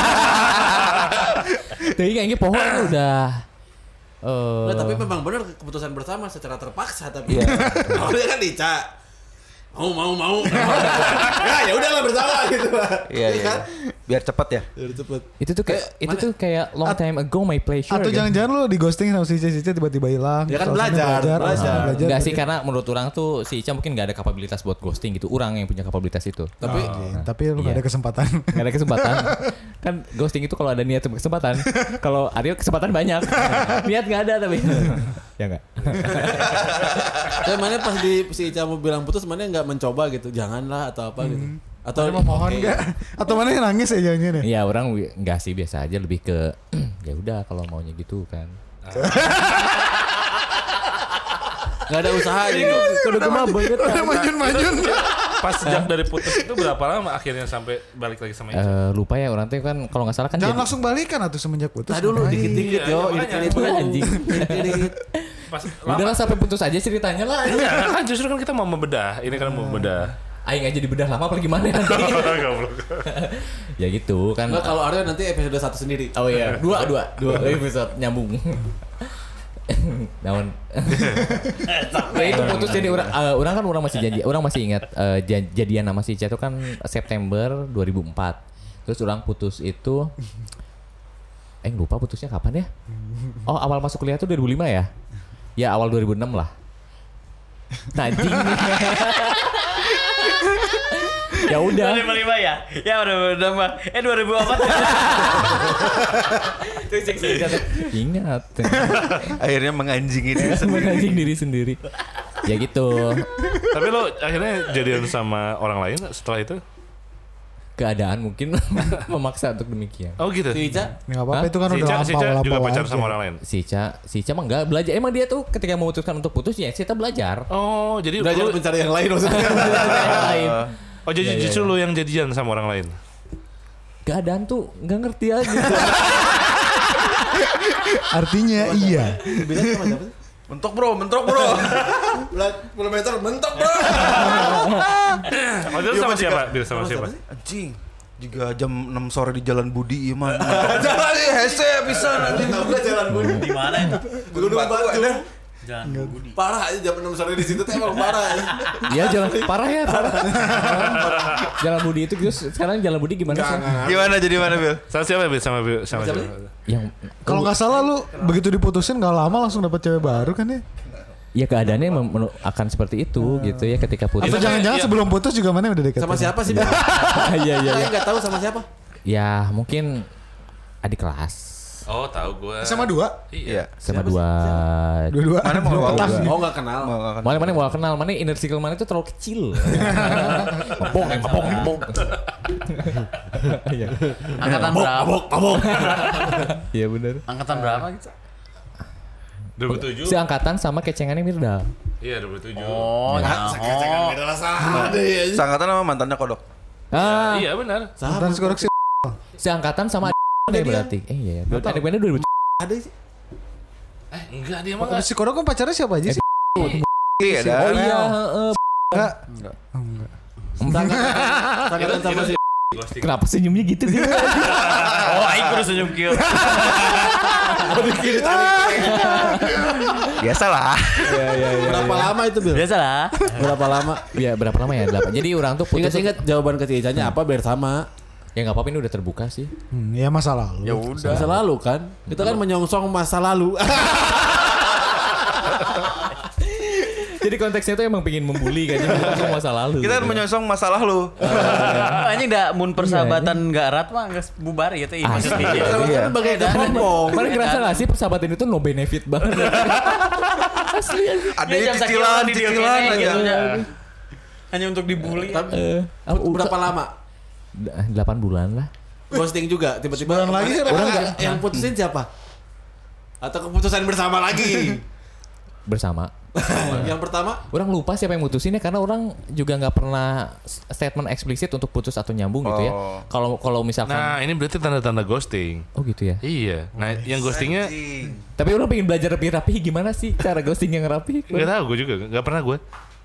Tapi kayaknya pohon udah eh Nah, tapi memang benar keputusan bersama secara terpaksa tapi. Iya. Awalnya kan Ica. Mau mau mau. Ya ya udahlah bersama gitu. Iya iya. kan? Biar cepat ya. Biar cepet. itu tuh kayak itu mana? tuh kayak long time ago my pleasure. Atau kan? jangan-jangan lu di ghosting sama si Cici tiba-tiba hilang. Ya kan Terus belajar, belajar, belajar. ah, belajar. Enggak sih, karena menurut orang tuh si Ica mungkin gak ada kapabilitas buat ghosting gitu. Orang yang punya kapabilitas itu. Tapi Iya, tapi lu Iya. gak ada kesempatan. Gak ada kesempatan. Kan ghosting itu kalau ada niat kesempatan. Kalau Aryo kesempatan banyak. Niat gak ada tapi. Ya enggak. Tapi mana pas di si Ica mau bilang putus mana nggak mencoba gitu. Janganlah atau apa gitu. Atau Mana mau mohon oke. enggak? Atau mana yang nangis ya jangan-jangan ya? Iya, orang wi- enggak sih, biasa aja, lebih ke ya udah kalau maunya gitu kan. Nggak ada usaha gitu. Kudu kumaha banget. Udah majun-majun. Pas sejak dari putus itu berapa lama akhirnya sampai balik lagi sama Ica? Eh, lupa ya orang tuh kan kalau nggak salah kan Jangan jadi- langsung balikan atau semenjak putus. Nah dulu ngapain? dikit-dikit Iya, yo, iya, irit-irit makanya. dulu. Anjing. Irit-irit. Pas Udah lah sampai putus aja ceritanya lah. Iya, kan justru kan kita mau membedah. Ini kan mau membedah. Aing aja dibedah lama apa gimana nanti. Goblok. Ya gitu kan. Nggak, kalau Aryo nanti episode satu sendiri. Oh iya, dua dua dua episode nyambung. Naon. Nah itu putus jadi orang eh, orang kan orang masih janji, orang masih ingat eh, jan- jadian sama si Ica itu kan September dua ribu empat. Terus orang putus itu eh lupa putusnya kapan ya? Oh, awal masuk kuliah tuh dua ribu lima ya? Ya awal dua ribu enam lah. Najing. Ya udah. dua ribu lima ya? Ya udah udah mah. Eh dua ribu empat. Ingat. Akhirnya menganjingi diri sendiri. Menanjing diri sendiri. Ya gitu. Tapi lo akhirnya jadian sama orang lain setelah itu? Keadaan mungkin memaksa untuk demikian. Oh gitu. Si Ica, Nggak apa-apa Hah? itu kan Si udah Ica, si Ica lampau juga lampau pacaran aja. sama orang lain. Si Ica, si Ica mah enggak belajar. Emang dia tuh ketika memutuskan untuk putus ya si Ica belajar. Oh, jadi belajar lu, mencari yang lain maksudnya. Lain. oh jadi Iya, iya, justru iya. lu yang jadian sama orang lain. Keadaan tuh nggak ngerti aja. Artinya iya. Bilang sama siapa sih? Mentok bro, mentok bro. sepuluh meter mentok bro. Oh, itu sama siapa? Bil sama siapa? Anjing. Jika jam enam sore di Jalan Budi ieu mah. Jalan hese bisa anjing. Tahu nggak jalan Budi? Di mana itu? Gunung Batu. Jangan Budi. Parah aja jam enam sore di situ tuh emang parah. Iya jalan parah ya parah. Jalan Budi itu terus sekarang Jalan Budi gimana sih? Gimana jadi mana Bil? Sama siapa Bil? Sama Bil? Sama Siapa siapa? Yang Kalau nggak salah lu begitu diputusin nggak lama langsung dapat cewek baru kan ya? ya keadaannya mem- menu- akan seperti itu gitu ya ketika putus. Atau Itu jangan-jangan iya. sebelum putus juga mana udah dekat? Sama siapa sih? Bang? Iya iya Saya iya. nggak tahu sama siapa. Ya mungkin adik kelas Oh, tahu gua. Sama dua? Iya. sama dua. Dua-dua. Mana mau Dua tahu? petang. Oh nggak kenal. Mana mana mau kenal mana inner circle mana itu terlalu kecil. Mabok, mabok, mabok. Iya. Angkatan berapa? Iya benar. Angkatan berapa gitu? dua ribu tujuh. Seangkatan sama kecengannya Mirda. Iya, dua ribu tujuh. Oh, nah. Oh. Sangkatan sama mantannya kodok. Ah, Iya, benar. Dan sekarang sih seangkatan sama adik berarti. Eh iya ya. Adik mana dua ribu. Ada sih. Eh, enggak dia mah. si Kodok kan pacarnya siapa aja sih? Iya dah. Oh iya, heeh. Enggak. Sangkatan sama si. Kenapa senyumnya gitu dia? Oh, aing kudu senyum kieu. Biasalah. Berapa lama itu Bil? Biasa lah. Berapa lama? Ya berapa lama ya? Delapan. Jadi orang tuh putus. Ingat-ingat jawaban ke si Icanya apa biar sama. Ya nggak apa-apa ini udah terbuka sih. Hmm, ya masa lalu. Ya udah. Masa lalu kan? Kita kan menyongsong masa lalu. Jadi di konteksnya tuh emang pengen membuli kan, bukan masa lalu. Kita gitu. menyongsong masalah lu. Anjing dah mun persahabatan enggak erat mah geus bubar ya teh maksudnya. Iya. Sebagai ngomong. Mana ngerasa gak sih persahabatan itu no benefit banget? Asli asli. Ada cicilan, cicilan aja. Hanya untuk dibully. Eh, Berapa lama? delapan bulan lah. Ghosting juga tiba-tiba. Sebulan lagi orang orang enggak yang putusin siapa? Atau keputusan bersama lagi? Bersama. Yang pertama? Orang lupa siapa yang mutusin ya karena orang juga nggak pernah statement eksplisit untuk putus atau nyambung gitu ya. Oh. Kalau kalau misalkan Nah, ini berarti tanda-tanda ghosting. oh gitu ya. Iya. Nah, yang ghostingnya Tapi orang pengen belajar rapi-rapi gimana sih cara ghosting yang rapi? nggak tahu gue juga, nggak pernah gue.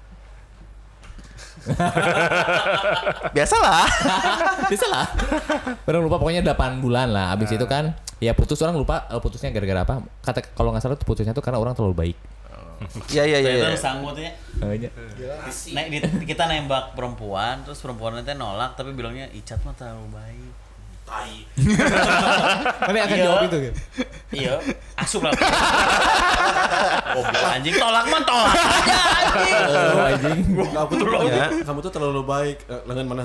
Biasalah. Bisa lah. Orang lupa pokoknya delapan bulan lah. Abis itu kan ya putus orang lupa uh, putusnya gara-gara apa. Kata kalau nggak salah tuh putusnya tuh karena orang terlalu baik. Iya iya iya. Itu sanggutnya. Nah, di- kita nembak perempuan, terus perempuan nanti nolak tapi bilangnya Icat mah terlalu baik. Tai. Mana akan jawab itu gitu. Iya, asup lah. Goblok anjing, tolak mah tolak aja anjing. Oh, anjing. Nggak, aku tuh ya, kamu tuh terlalu baik. Eh, lengan mana?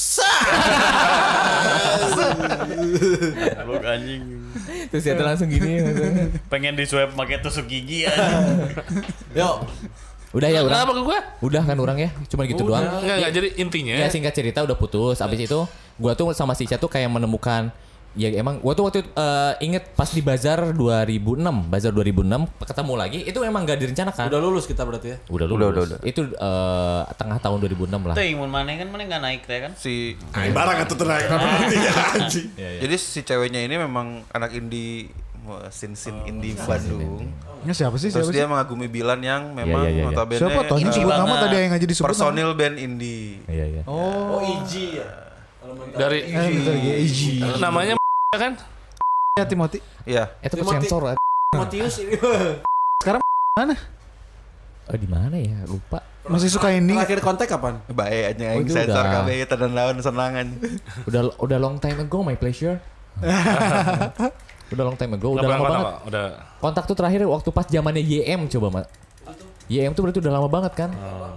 Goblok anjing. Terus dia tuh langsung gini. Pengen di swipe pakai tusuk gigi anjing. Yuk. Udah ya orang. Kenapa ke gue? Udah kan orang ya. Cuma gitu doang. Enggak, enggak. Jadi intinya Ya singkat cerita udah putus. Abis itu gua tuh sama si Ica tuh kayak menemukan ya emang gua tuh waktu itu uh, inget pas di Bazar dua ribu enam, Bazar dua ribu enam ketemu lagi itu emang gak direncanakan. Udah lulus kita berarti ya? Udah lulus. Udah, udah, udah. Itu uh, tengah tahun dua ribu enam lah. Tuh mun maneh kan maneh enggak naik teh kan. Si Barang atau tenaga berarti ya anjing. jadi si ceweknya ini memang anak indie wah, sin-sin indie Bandung. Ini siapa sih? Terus Siapa dia sih? mengagumi Bilan yang memang iya, iya. notabene Siapa? Tony indie sebut nama banget. tadi yang aja disebut. personil band indie. Iya iya. Oh, Iji ya. dari Eh, bentar lagi. Iji. namanya kan Ya Timothy. Iya. Eh, itu Timothy. sensor lah. Timotius ini. Mana? Oh di mana ya? Lupa. Masih suka indie? Terakhir kontak kapan? Baik aja Oh, yang itu sensor udah. K B dan lawan senangan. Udah udah long time ago my pleasure. Udah long time ago, udah nggak lama pernah banget. kontak, udah Kontak tuh terakhir waktu pas zamannya Y M coba, Mak. Y M tuh berarti udah lama banget kan?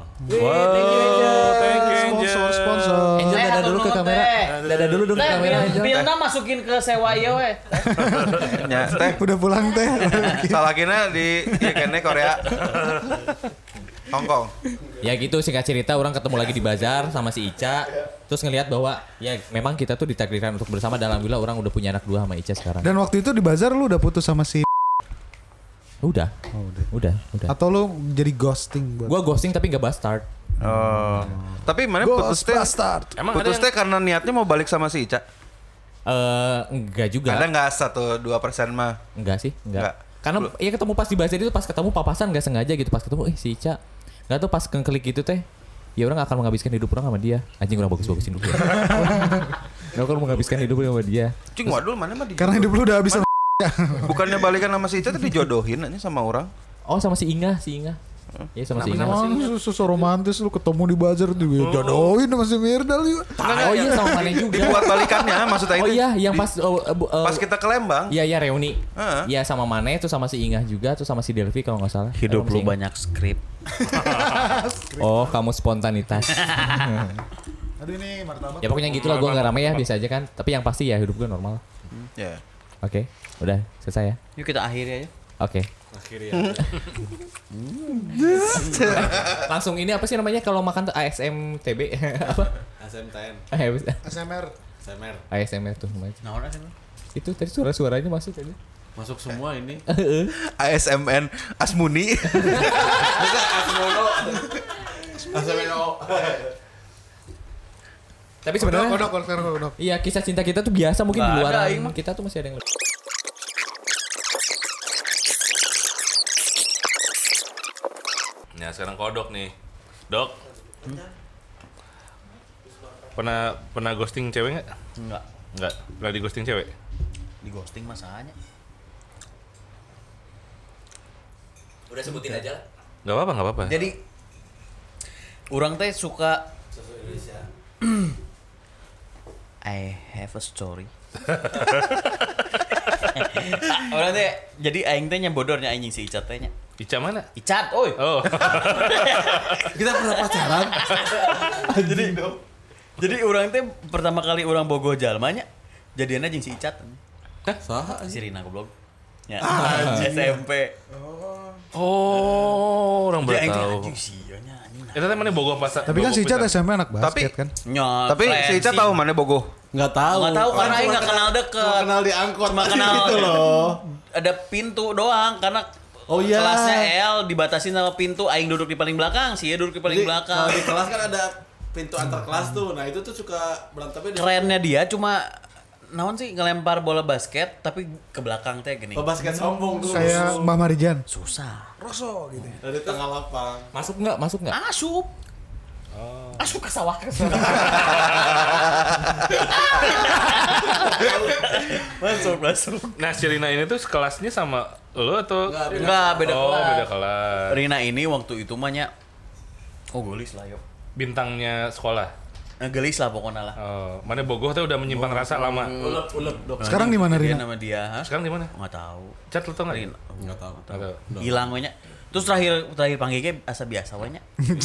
Sponsor, sponsor. Angel Eh, dada hatur dulu ke nuhun, kamera. teh. Dada dulu dong ke Teh, kamera bil- Angel. bilna masukin ke sewa ieu we. Ya, teh Udah pulang teh. salah kena di ya kene Korea. Hong Kong. Ya gitu singkat cerita orang ketemu lagi di bazar sama si Ica. Terus ngelihat bahwa ya memang kita tuh ditakdirkan untuk bersama dan alhamdulillah orang udah punya anak dua sama Ica sekarang. Dan waktu itu di bazar lu udah putus sama si Udah. Udah, udah. atau lu jadi ghosting buat Gua ghosting tapi gak bastard. Oh. Tapi mana putus Ghost teh? bastard. emang Putus ada teh karena niatnya mau balik sama si Ica. Eh enggak juga. Ada nggak satu dua persen mah? Enggak sih, enggak. Enggak. Karena ya ketemu pas di bazar itu pas ketemu papasan enggak sengaja gitu pas ketemu eh si Ica. Enggak tuh pas kengklik gitu teh. Ya orang akan menghabiskan hidup orang sama dia. Anjing orang bagus-bagusin dulu. Ya. Orang akan menghabiskan hidup sama dia. Cing waduh mana mah di. Karena hidup lu udah habis sama Bukannya balikan sama si Ica tapi dijodohin aja sama orang. Oh sama si Inga, si Inga. Iya sama si Inga. Oh, susu romantis lu ketemu di bazar juga jodohin sama si Mirdal juga. Oh iya sama mana juga. Dibuat balikannya maksudnya Oh itu. iya yang pas oh, uh, bu- uh, Pas kita ke Lembang. Iya iya reuni. Heeh. Iya sama Mane itu sama si Inga juga tuh sama si Delvi kalau nggak salah. Hidup Sama si lu Inga. banyak skrip. Oh kamu spontanitas. Aduh ini martabak. Ya pokoknya gitulah gue nggak rame ya biasa aja kan. Tapi yang pasti ya hidup gue normal. Ya. Oke, udah selesai ya. Yuk kita akhiri aja. Oke. Langsung ini apa sih namanya kalau makan tuh A S M T B apa? S M T N. A S M R. S M R. S M R tuh namanya. Naon sih? Itu tadi suara-suaranya masuk aja. Masuk semua ini. A S M N Asmuni. Asmono. Asmono. Tapi sebenarnya Kodok, kodok, kodok, kodok. iya kisah cinta kita tuh biasa mungkin di Nggak luar ada, aing mah. kita tuh masih ada yang lebih. Nah sekarang kodok nih, dok. Pernah pernah ghosting cewek nggak? Enggak. Nggak. Pernah di ghosting cewek? Di ghosting masanya. Udah sebutin aja lah. Nggak apa-apa, nggak apa-apa. Jadi orang teh suka I have a story. Orang teh jadi aing teh nya bodornya anjing si Icat teh nya. Ica mana? Icat, oi. Oh. Kita pernah pacaran. Jadi jadi orang teh pertama kali orang bogoh jalmanya jadiannya jeung si Icat. Saha Si Rina goblok. Ya. Ah, S M P. Oh, orang baru Dia tahu. anjing sia nya anjing. Eta teh mana bogoh pas. Tapi kan si Ica S M P anak basket Tapi- kan. Nya. Tapi si Ica tahu mana bogoh. Enggak tahu. Enggak tahu karena Cuma aing enggak kenal deket. Cuma kenal di angkot. Cuma kenal gitu loh. Ada pintu doang karena Oh iya. kelasnya L dibatasin sama pintu, aing duduk di paling belakang, sih duduk di paling Jadi, belakang. kalau di kelas kan ada pintu antar kelas tuh. Nah, itu tuh suka berantemnya di Kerennya dia cuma naon sih ngelempar bola basket tapi ke belakang teh gini. Oh, basket sombong tuh. Kayak Mbah Marijan. Susah. Rosso gitu. Dari tengah lapang. Masuk nggak? Masuk nggak? Asup. Asup ke sawah ke sawah. masuk, masuk. Nah, si Rina ini tuh kelasnya sama lo atau Enggak, beda. Enggak, beda oh, kelas. beda kelas. Rina ini waktu itu mah nya oh gelis lah yuk. Bintangnya sekolah. Nah, gelis lah pokoknya lah. Oh, mana bogoh tuh udah menyimpan rasa lama. Ulep, ulep, dok. Sekarang di mana Dia Rina? nama dia, ha? Sekarang di mana? Enggak tahu. Cat lu tau enggak? Rina. Enggak tahu. Nggak tahu. Hilang we nya. Terus terakhir terakhir panggilnya asa biasa we nya.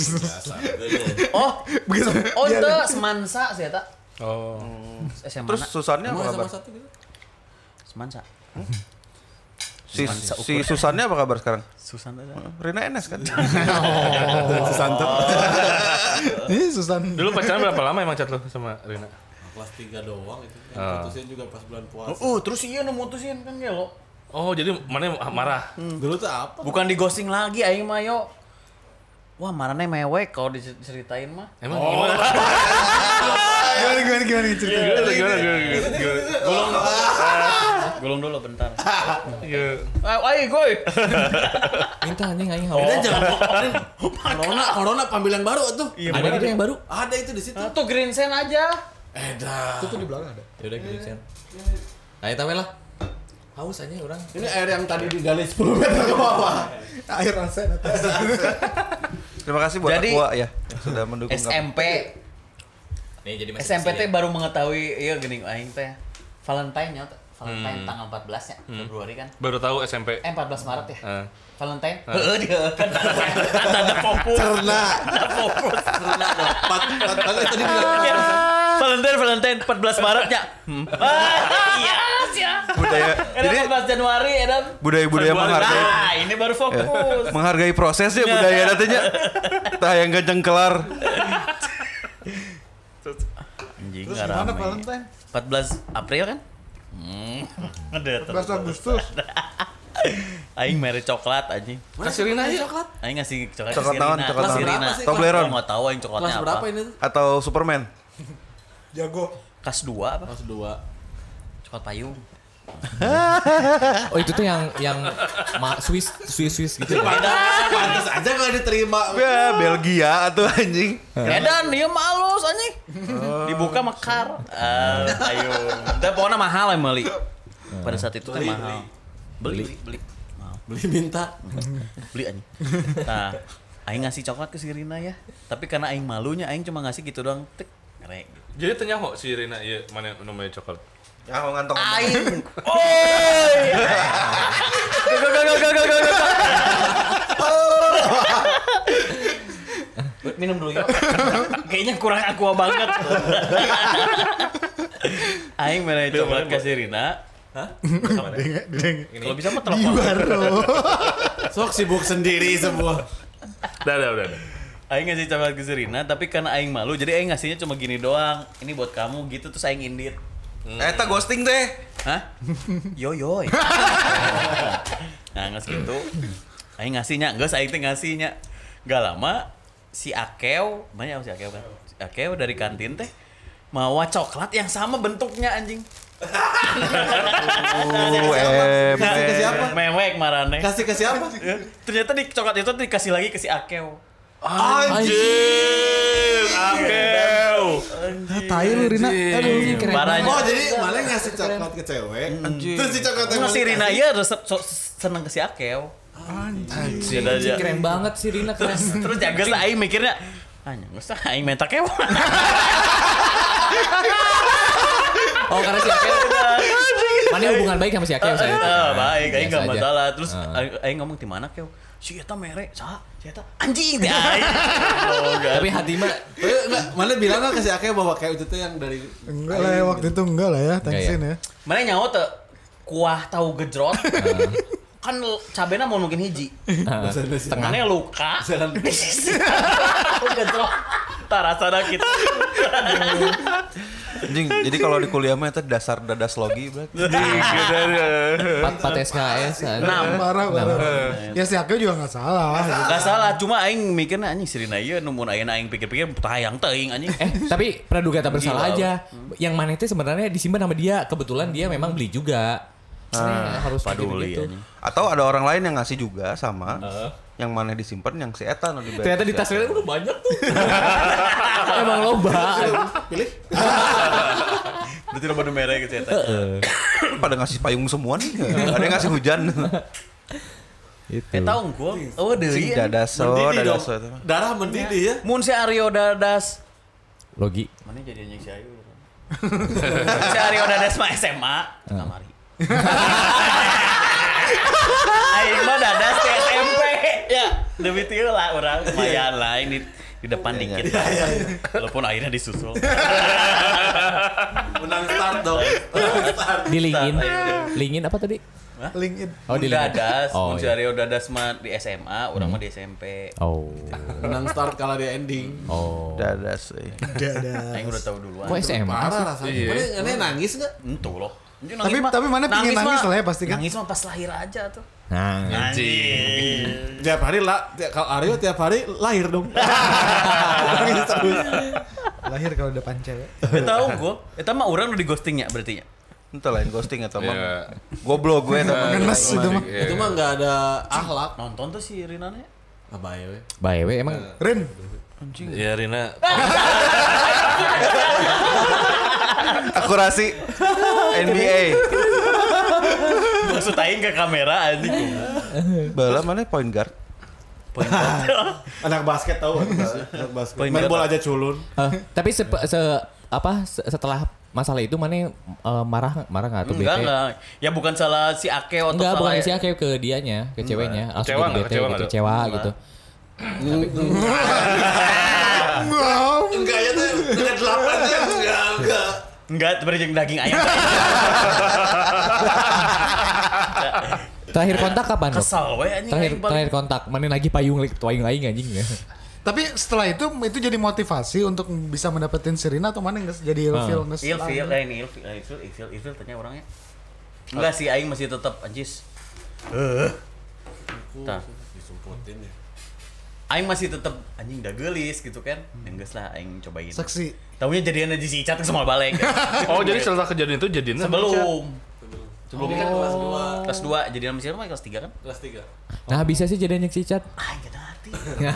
Oh, oh itu semansa sih eta. Oh. S M A. Terus Susannya apa Emang kabar? sama satu gitu. Semansa. Si, Semansa si ukuran. Susannya apa kabar sekarang? Susan teh. Rina N S kan? Susanto. Ini Susan. Dulu pacaran berapa lama emang Cat lu sama Rina? Kelas tiga doang itu. Yang Ah. putusin juga pas bulan puasa. Oh, terus iya nu mutusin kan gelo. Oh, jadi mana marah? Dulu tuh apa? Bukan di ghosting lagi aing mah yo. Wah, marahnya mewek kalau diceritain mah. Emang gimana? Gimana gimana gimana cerita. Gimana gimana gimana? gimana? Gulung. Gulung dulu bentar. Iya. Ayo, goy. Minta anjing aing Udah hawa. jangan ngomongin. Corona, corona pambil yang baru tuh. Ada gitu yang baru? Ada itu di situ. Ah, tuh green sand aja. Eda. Itu tuh di belakang ada. Ya udah gitu sen. Nah, eta we lah. Haus aja orang. Ini air yang tadi digali sepuluh meter ke bawah. Air rasen atas. Terima kasih buat Jadi, Aqua ya yang sudah mendukung S kami. M P. Nih jadi masih S M P di teh sini. baru mengetahui iya geuning aing teh. Valentine nya Valentine tanggal empat belas ya, Februari kan. Baru tahu S M P. Eh empat belas Maret ya. Eh. Valentine. Heeh dia kan tanda fokus. Cerna. Tanda fokus. Cerna dong. Pat, pat, pat, tadi Ya. bilang. Valentine Valentine empat belas Maretnya. Hmm. Ah, iya, sia. Budaya. Jadi Jadi empat belas Januari edan. budaya-budaya menghargai Nah, ini baru fokus. menghargai prosesnya budaya nantinya. Tah yang ganceng kelar. Anjing Terus nggak gimana rame. Valentine? empat belas April kan? Hmm. Ada empat belas Agustus. Aing mere coklat anjing. Kasih Rina ya. Aing ngasih coklat Coklat ke naon, Rina. coklat Ke naon. Rina. Kelas berapa sih? Toblerone. Gua enggak tahu aing coklatnya Kelas apa. berapa ini tuh? Atau Superman? Jago. Kelas dua apa? Kelas dua. Coklat payung. Oh, itu tuh yang yang ma- Swiss Swiss Swiss gitu ya. Pantas aja kalau diterima. Ya, Belgia atau anjing. Edan, dia malus anjing. Dibuka mekar. Ah, ayo. Udah pokoknya mahal ya Meli. Pada saat itu kan mahal. Beli, beli. Mahal. Beli minta. Beli anjing. Nah, aing ngasih coklat ke si Rina ya. Tapi karena aing malunya aing cuma ngasih gitu doang. Tek. Ngerek. Jadi tanya kok si Rina iya mana namanya coklat. Ya, mau ngantong. Aing. Oi. Go go go go go go go. Minum dulu ya. Kayaknya kurang aqua banget. Aing mere coklat ke si Rina. Hah? Kalau bisa mah telepon. Sok sibuk sendiri semua. Udah, udah, udah. udah. Aing ngasih coklat ke si Rina, tapi karena Aing malu, jadi Aing ngasihnya cuma gini doang. Ini buat kamu gitu, terus Aing indit. Eta ghosting teh. Hah? Yo yo. Nah, nggak segitu. Aing ngasihnya, enggak Aing teh ngasihnya. Gak lama si Akeo, banyak si Akeo kan. Si Akeo dari kantin teh mawa coklat yang sama bentuknya anjing. Uh, em. Kasih ke siapa? Mewek marane. Kasih ke siapa? Ternyata di coklat itu dikasih lagi ke si Akeo. Anjir, Akeu. Tai lu Rina. Aduh. Keren Parahnya. Oh, jadi malah ngasih coklat ke cewek. Terus si coklatnya Terus mau si Rina dikasih. iya terus so- seneng ke si Akeo. Anjing. Jadi aja. Keren banget sih Rina keren. Terus jaga lah Aing mikirnya hanya nggak usah Aing minta kewan. Oh, karena si Akeo. Mana hubungan baik sama si Akeo saya. Ah, baik, Aing nggak Biasa aja. masalah. Terus Ah. Aing- Aing ngomong di mana Keo? si eta mere, saha? Si eta anjing teh aing. Oh, Tapi hati mah Tapi enggak, mana bilang enggak ke si Akeh bahwa kayak itu tuh yang dari Enggak lah ya waktu itu enggak lah ya, thanksin ya. mana nyaho teu kuah tahu gejrot. Kan cabena mau mungkin hiji. setengah. Mana luka. Jalan. Tahu gejrot. Tak rasa gitu. Anjing, jadi kalau di kuliah mah itu dasar dadas logi berarti. empat S K S. Enam. Parah, parah. Ya si Akil juga enggak salah. Gak salah, cuma aing mikirnya anjing sirina ieu nu mun ayeuna aing pikir-pikir tayang teuing anjing. Eh, tapi praduga tak bersalah Gila. aja. Yang mana itu sebenarnya disimpan sama dia. Kebetulan dia memang beli juga. Ini harus Paduli gitu. anjing. Atau ada orang lain yang ngasih juga sama. Yang mana disimpan yang si eta nu dibayar. Ternyata di tas Rene udah banyak tuh. Emang loba. Pilih. Berarti lo baru merek gitu ya. Pada ngasih payung semua nih. Ada yang ngasih hujan. Itu. Eh tahu gua. Oh deui. Dadaso, Mendidih dong. dadaso itu mah. Darah mendidih ya. Mun si Aryo Dadas. Logi. Mana jadi anjing si Ayu? Si Aryo Dadas mah S M A. Kamari. Aing mah Dadas ke S M P. Ya, lebih tiu lah orang lumayan lah ini di depan dikit. Walaupun akhirnya disusul. Menang start dong. Menang start. Di lingin. Lingin apa tadi? LinkedIn. Oh, di LinkedIn. Dadas, Oh, mun si iya. Aryo Dadas mah di S M A, urang mah di S M P. Oh. Menang start kalau di ending. Oh. Dadas. eh. Dadas. Aing udah tahu duluan. Kok S M A? Parah rasanya. Mana mana nangis enggak? Entuh loh. Anjing, Tapi- nangis mah- tapi mana pingin nangis mah- lah ya pasti kan? Nangis mah pas lahir aja tuh. Nah, Anjing. Tiap hari lah, tiap, kalau Aryo tiap hari lahir dong. Nangis terus. Lahir kalau depan cewek. Eh tahu gua, eta mah urang nu di ghostingnya berarti nya. Itu lain ghosting atau mah. Iya. Goblok gue eta mah. Ngenes itu mah. Iya. Itu mah enggak ada akhlak. Nonton tuh si Rina nya. Abaya we. bae we emang Rin. Ya Rina. Akurasi N B A. Maksud aing ke kamera anjing. Bala mana point guard? Poin Anak basket tahu anak basket. Poin Main guard. bola aja culun. Eh, tapi se, se apa se- setelah masalah itu mana eh, marah marah nggak tuh Enggak bete? enggak. Ya bukan salah si Ake atau Enggak, salah bukan ya. sih kayak ke dianya, ke ceweknya. Langsung Kecewa jadi nggak? bete Kecewa gitu, nggak? kecewa gitu. Enggak ya tuh. Dengan delapan aja enggak enggak. Enggak, berjeng daging ayam. Terakhir kontak kapan, Dok? Kesal we anjing. Terakhir aing balik. terakhir kontak, mana lagi payung payung aing anjing ya. Tapi setelah itu itu jadi motivasi untuk bisa mendapatkan Serena atau mana nggak jadi ilfil nggak Ilfil kayak ini ilfil ilfil ilfil ilfil tanya orangnya. Enggak sih aing masih tetap anjis. Eh. Tah. Disumputin ya. Aing masih tetap anjing udah gelis gitu kan. Enggeus lah aing cobain. Seksi. Taunya jadian aja si Icat ke semua balik. Oh, jadi setelah kejadian itu jadinya sebelum Sebelum kan kelas dua. kelas dua jadian sama siapa mah kelas tiga kan? Kelas tiga. Nah, bisa sih jadinya si Cat. Aing gak ngerti.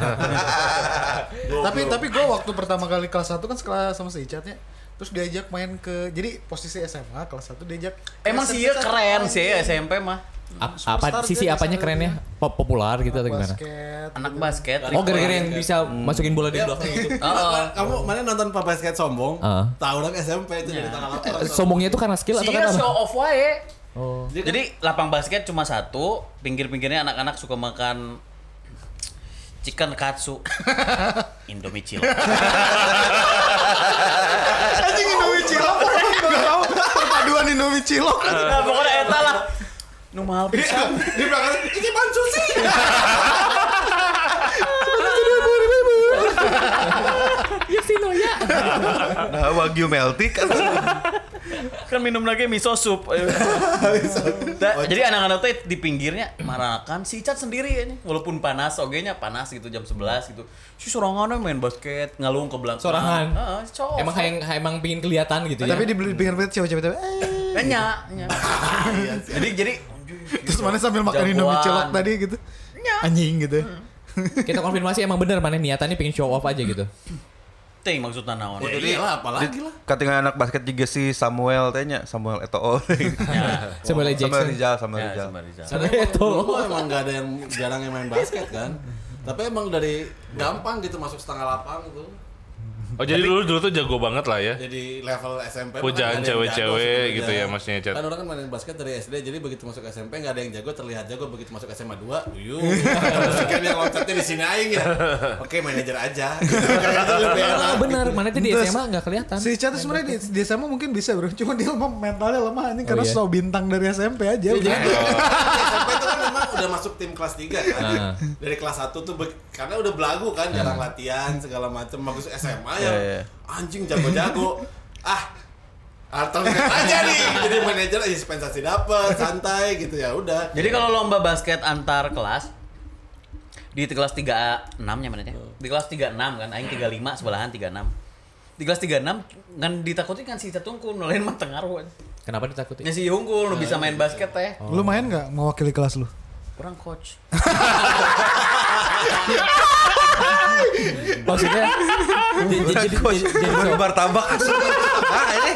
Tapi tapi gue waktu pertama kali kelas satu kan sekolah sama si Icatnya. Terus diajak main ke jadi posisi S M A kelas satu diajak. Emang sih ya keren sih S M P mah. Ap- Superstar apa sisi dia apanya biasa kerennya? Pop populer gitu atau gimana? Basket. Anak basket. Oh, gara-gara yang bisa masukin bola di belakang gitu. Oh, Kamu mana nonton Pak Basket sombong? Heeh. Tahu orang S M P itu dari tanggal delapan. Sombongnya itu karena skill atau Sia karena show apa? off wae. Oh. Jadi lapang basket cuma satu, pinggir-pinggirnya anak-anak suka makan chicken katsu. Indomie cilok. Anjing Indomie cilok. Gak tau perpaduan Indomie cilok. Nah, pokoknya eta lah. Nu mahal pisan. Di belakang ini bancu sih. Ya sih no ya. Nah, wagyu melty kan. Kan minum lagi miso soup. Nah, jadi anak-anak tuh di pinggirnya marakan si Icat sendiri ini walaupun panas ogenya panas gitu jam sebelas gitu. Si sorangan main basket ngalung ke belakang. Sorangan? Heeh, cowok. Emang kayak emang pingin kelihatan gitu ya. Tapi di pinggir-pinggir cewek-cewek eh. nya, nya. Jadi jadi Terus mana sambil makan Indomie cilok tadi gitu. Anjing gitu. Kita konfirmasi emang bener mana niatannya pengen show off aja gitu. ting maksudnya naon. Ya iyalah apalagi lah. Katingan anak basket juga si Samuel tanya, Samuel Eto'o. Ya. Samuel L. Samuel Jackson. Rizal, Samuel Ya, Rizal. sama Rizal. Karena emang dulu emang gak ada yang jarang yang main basket kan. Tapi emang dari gampang gitu masuk setengah lapang gitu. Oh jadi dulu dulu tuh jago banget lah ya. Jadi level S M P Pujaan cewek-cewek gitu ya maksudnya Chat. Kan orang kan main basket dari S D, jadi begitu masuk S M P nggak ada yang jago, terlihat jago. Begitu masuk S M A dua, uyuh. Sekian yang loncatnya di sini aing ya. Oke, manajer aja. Itu lebih enak. Oh, benar, mana tuh di S M A nggak kelihatan. Si Ica tuh sebenarnya di, di S M A mungkin bisa bro, cuma dia lemah, mentalnya lemah anjing Oh, karena iya? so bintang dari S M P aja. Jadi bro. di S M P itu kan memang udah masuk tim kelas tiga kan. Dari kelas satu tuh be- karena udah belagu kan, jarang latihan segala macam. Bagus S M A yang Iya, iya. anjing jago-jago. Ah, atau aja nih. Jadi manajer aja dispensasi dapet, santai gitu ya udah. Jadi kalau lomba basket antar kelas di kelas tiga enam-nya mana ya? Di kelas tiga enam kan, aing tiga lima sebelahan tiga enam. Di kelas tiga enam kan ditakutin kan si Catungkul nolain mah tengaruh. Kenapa ditakuti? Ya si Hungkul lu bisa main basket teh. Lu main nggak mewakili kelas lu? Kurang coach. Maksudnya jadi jadi jadi jadi Bar tabak asup. Ah ini.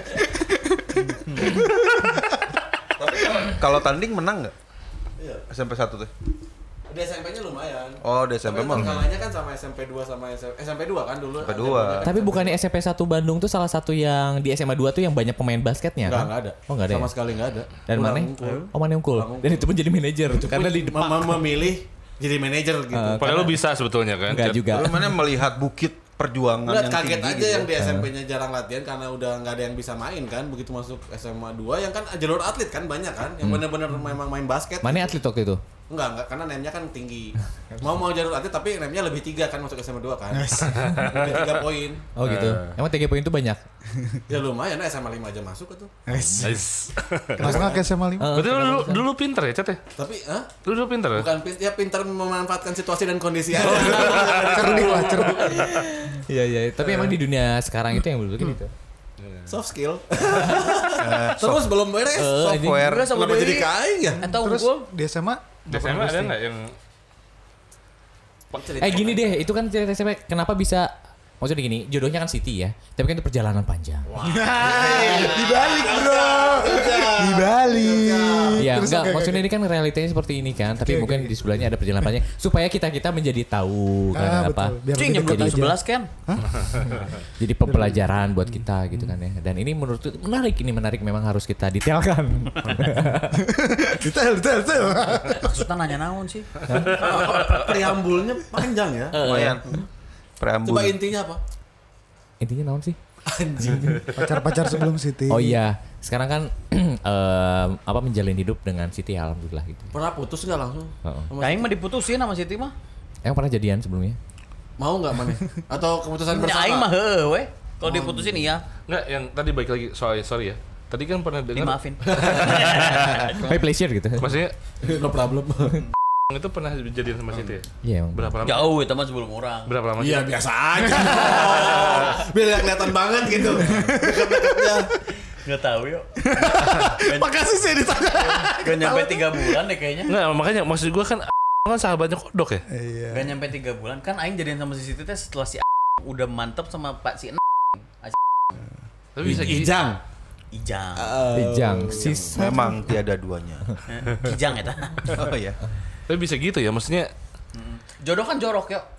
Kalau tanding menang nggak? Iya. S M P satu tuh. Di S M P-nya lumayan. Oh, di S M P mah. Kalahnya kan sama S M P dua sama S M P dua kan dulu. S M P dua. Kan Tapi bukannya S M P satu Bandung tuh salah satu yang di S M A dua tuh yang banyak pemain basketnya Enggak, kan? enggak ada. Oh, enggak ada. Sama ya? sekali enggak ada. Dan Kurang mana? unggul. Oh, mana yang unggul. Kurang Dan itu pun jadi manajer karena di depan. Mem- memilih jadi manajer gitu. Eh, Padahal lu bisa sebetulnya kan. Enggak Chat. juga. Lu mana melihat bukit perjuangan Enggak, yang kaget tinggi aja gitu. yang di S M P-nya jarang latihan karena udah nggak ada yang bisa main kan. Begitu masuk S M A dua yang kan jalur atlet kan banyak kan. Yang benar-benar memang main basket. Mana atlet waktu itu? Enggak, enggak, karena name-nya kan tinggi. Mau mau jalur atlet tapi name-nya lebih tiga kan masuk S M A dua kan. Lebih tiga poin. Oh gitu. Emang tiga poin itu banyak. Ya lumayan, S M A lima aja masuk tuh. Nice. Kenapa nggak ke S M A lima? Berarti lu dulu, dulu pinter ya Chat ya? Tapi, ah, Lu dulu pinter ya? bukan pin- ya pintar memanfaatkan situasi dan kondisi aja. Cerdik lah, cerdik. Iya iya. Tapi emang di dunia sekarang itu yang betul gitu. Soft skill. Terus belum beres. Software. Enggak sama Kenapa jadi deui. kain ya? Atau Terus unggul. di S M A? Di S M A ada nggak yang Eh gini deh, itu kan cerita S M P kenapa bisa maksudnya gini, jodohnya kan Siti ya. Tapi kan itu perjalanan panjang. Dibalik bro. Dibalik. Ya Terus enggak, oke, oke, maksudnya oke. ini kan realitanya seperti ini kan, tapi Oke, mungkin oke. di sebelahnya ada perjalanan panjang supaya kita-kita menjadi tahu kan Ah, apa. betul. Biar Cing lebih jam dekat dua aja. sebelas kan. Jadi pembelajaran buat kita gitu kan ya. Dan ini menurut menarik ini menarik memang harus kita detailkan. Detail, detail, detail. Maksudnya nanya naon sih? Preambulnya panjang ya. Lumayan. Preambul. Coba intinya apa? Intinya naon sih? Anjing. Pacar-pacar sebelum Siti. Oh iya, sekarang kan em, apa menjalin hidup dengan Siti alhamdulillah gitu. Pernah putus nggak langsung? Heeh. Sama Aing mah diputusin sama Siti mah. Emang pernah jadian sebelumnya? Mau nggak mana? Atau keputusan Ya bersama? aing mah heueuh we. Kalau diputusin iya, Enggak, yang tadi balik lagi soal sorry ya. Tadi kan pernah dengar dimaafin. My pleasure gitu. maksudnya No problem. itu pernah jadian sama Siti ya? Iya emang. Berapa lama? Jauh itu mah sebelum orang. Berapa lama sih? Iya biasa aja. Biar nggak kelihatan banget gitu. Dekat-dekatnya. Enggak tahu yuk. Makasih sih ditanya. Gak nyampe tiga bulan deh kayaknya. Enggak, makanya maksud gua kan kan sahabatnya kodok ya? Iya. Gak nyampe tiga bulan kan aing jadian sama si Siti teh setelah si udah mantep sama Pak si Tapi bisa gitu. Ijang. Ijang. Ijang, sis. Memang tiada duanya. Kijang eta. Oh iya. Tapi bisa gitu ya, maksudnya Jodoh kan jorok yuk.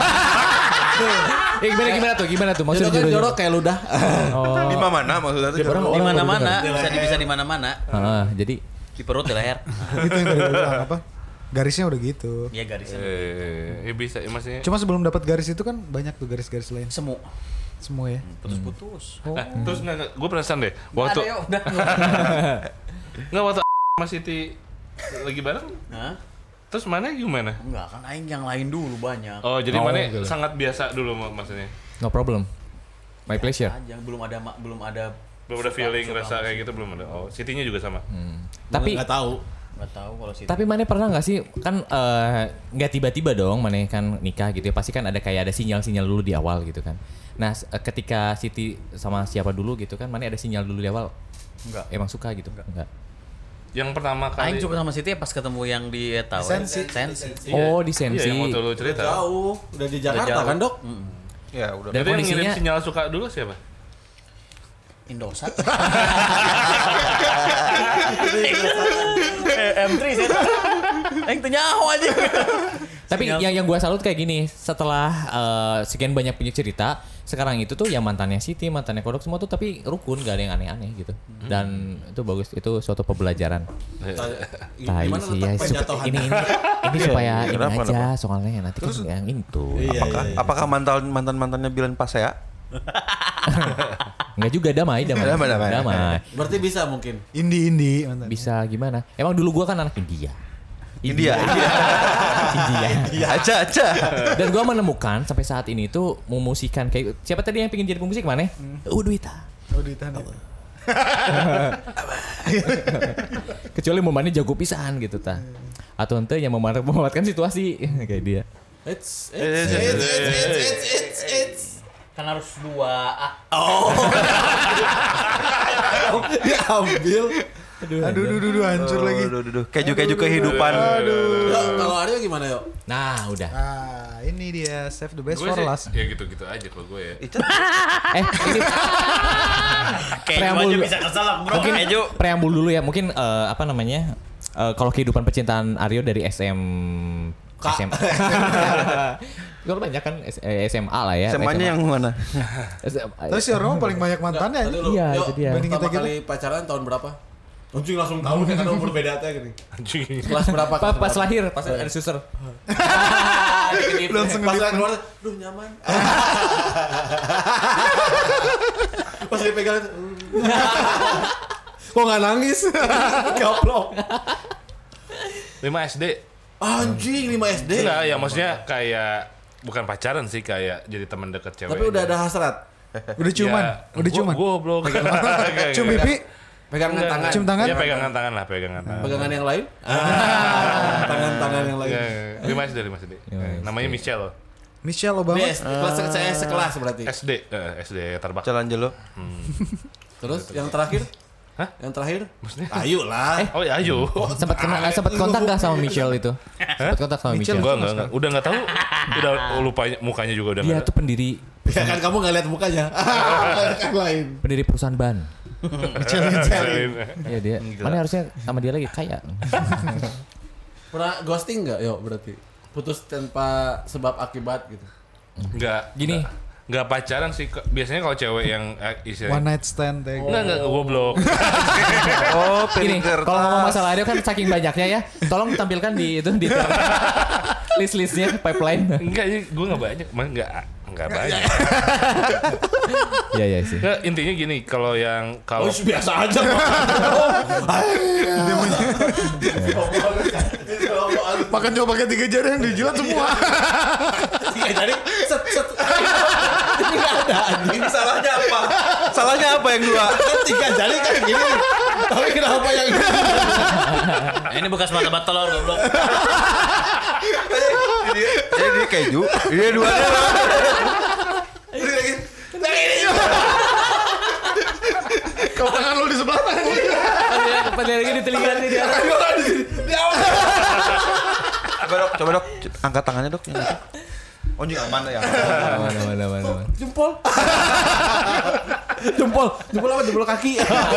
Eh gimana gimana tuh? Gimana tuh? Maksudnya Jodoh kan jodoh- jorok kayak ludah. Oh. Di mana maksudnya tuh? Orang- Di orang mana-mana, baru bisa bisa di mana-mana. Heeh, jadi Di perut, di leher. Itu yang tadi gue bilang apa? Garisnya udah gitu. Iya garisnya. eh ya bisa ya maksudnya. Cuma sebelum dapat garis itu kan banyak tuh garis-garis lain. Semu. Semua ya. Putus-putus. Nah, terus enggak, gue penasaran deh. Waktu Waktu ada yuk, udah. enggak waktu sama Siti lagi bareng, Hah? terus mana gimana? Enggak kan aing yang lain dulu banyak. Oh, jadi Oh, mana gitu. sangat biasa dulu mak- maksudnya. no problem. My pleasure. Aja belum ada ma- belum ada Belum ada suka- feeling suka rasa sama kayak si- gitu belum ada. Oh, Sitinya juga sama. Tapi nggak tahu. Nggak tahu kalau si tapi mana pernah nggak sih kan eh, nggak tiba-tiba dong mana kan nikah gitu ya pasti kan ada kayak ada sinyal-sinyal dulu di awal gitu kan. Nah s- eh, ketika Siti sama siapa dulu gitu kan mana ada sinyal dulu di awal enggak. emang suka gitu enggak? Yang pertama kali Aing suka sama Siti pas ketemu yang di Eta we. Sensi. Sensi. Oh di Iya, Sensi. yang waktu lu Udah cerita. jauh. Udah di Jakarta jauh. kan dok? Ya udah. Dan Jadi yang ngirim kondisinya- sinyal suka dulu siapa? Indosat. Eh, M tiga sih. Aing teu nyaho anjing. Tapi yang yang gue salut kayak gini, setelah uh, sekian banyak punya cerita, sekarang itu tuh yang mantannya Siti, mantannya Kodok semua tuh tapi rukun, gak ada yang aneh-aneh gitu. Dan itu bagus, itu suatu pembelajaran. Tai Gimana sih letak ya, sup- penjatuhan? ini ini ini supaya ini Kenapa, aja soalnya nanti kan yang itu. Iya, Apakah iya, iya. apakah mantan mantan mantannya Bilan Pasea? Enggak juga damai, damai. Damai, damai. Damai. Berarti bisa mungkin. Indie-indie mantan. Bisa gimana? Emang dulu gua kan anak India. India. India. Iya aja aja. Dan gua menemukan sampai saat ini tuh memusikan kayak siapa tadi yang pengen jadi pemusik mana? Oh, Duita. Oh, di tanah. Kecuali momennya jago pisan gitu ta. Atau ente yang memanfaat- memanfaatkan situasi kayak dia. It's it's it's it's it's it's it's it's. Kan harus dua. Ah. Dia ambil. Aduh, aduh, aduh, aduh, hancur lagi. Aduh, aduh, aduh. Keju-keju kehidupan. Yo, kalau Aryo gimana yo? Nah, udah. Ah, ini dia save the best Gue for sih last. ya gitu-gitu aja kalau gue ya. Ica, Eh, ini Kayak Preambul. aja bisa keselak bro. mungkin Keju. preambul dulu ya. Mungkin eh, apa namanya? Eh, kalau kehidupan percintaan Aryo dari S M Kak. S M Kalau banyak kan S- eh, S M A lah ya. semanya yang mana? S M A. Tapi si orang paling banyak mantannya. Tadi anjing. lu, Iya, yo, itu dia. Banding pertama kita kali pacaran tahun berapa? Anjing langsung tahu kan umur beda teh gini. Anjing. Kelas berapa? Pas, kelas pas berapa? lahir, pas ada suster. Langsung Pas ngedip. lagi keluar, duh nyaman. Pas dipegang, kok nggak nangis? Goblok. lima S D. Anjing lima S D. Enggak, ya maksudnya kayak bukan pacaran sih, kayak jadi teman dekat cewek. Tapi udah ada hasrat. Udah ciuman, udah ciuman. Gue goblok. Cium pipi, Pegangan Enggak. tangan. cium tangan. Ya pegangan tangan lah, pegangan tangan. Pegangan yang lain? Ah, tangan-tangan yang lain. lima S D, lima S D. Namanya Michelle. Michelle Obama. Ini S- kelas saya sekelas berarti. S D, eh, S D Tarbak. Jalan jelo. Terus yang terakhir? Hah? Yang terakhir? Maksudnya? Ayo lah. Oh ya, ayo. Sempat kena sempat kontak gak sama Michelle itu? Sempat kontak sama Michelle. Enggak, enggak, enggak. Udah enggak tahu. Udah lupa mukanya juga udah Dia enggak. tuh pendiri Ya kan kamu nggak lihat mukanya. Yang lain. pendiri perusahaan ban. Michelle. Iya dia. Mana harusnya sama dia lagi kaya. Pernah ghosting nggak? Yo berarti putus tanpa sebab akibat gitu. Enggak. Gini. Enggak pacaran sih. Biasanya kalau cewek yang eh, One istilahnya night stand. teh. enggak, enggak, goblok. Oh, Gini, piring kertas. kalau ngomong masalah Aryo kan saking banyaknya ya. Tolong tampilkan di itu di list-listnya pipeline. Enggak, gue enggak banyak. Mah enggak enggak banyak. Iya iya sih. Enggak, intinya gini, kalau yang kalau Oh biasa aja. Makan coba pakai tiga jari yang dijilat semua. Tiga jari set set. Ini nggak ada anjing. Salahnya apa? Salahnya apa yang dua? Kan tiga jari kayak gini. Tapi kenapa yang ini? Ini bekas mata telur goblok. Jadi jadi keju. Dia duanya. Ini lagi. Nah ini juga. Kalau tangan lu di sebelah tangan. Pada lagi di telinga nih dia. Di awal. Coba dok, coba dok, angkat tangannya dok. Yang itu. Oh ini aman ya. Mana mana mana. Jempol. Jempol. Jempol apa? Jempol kaki.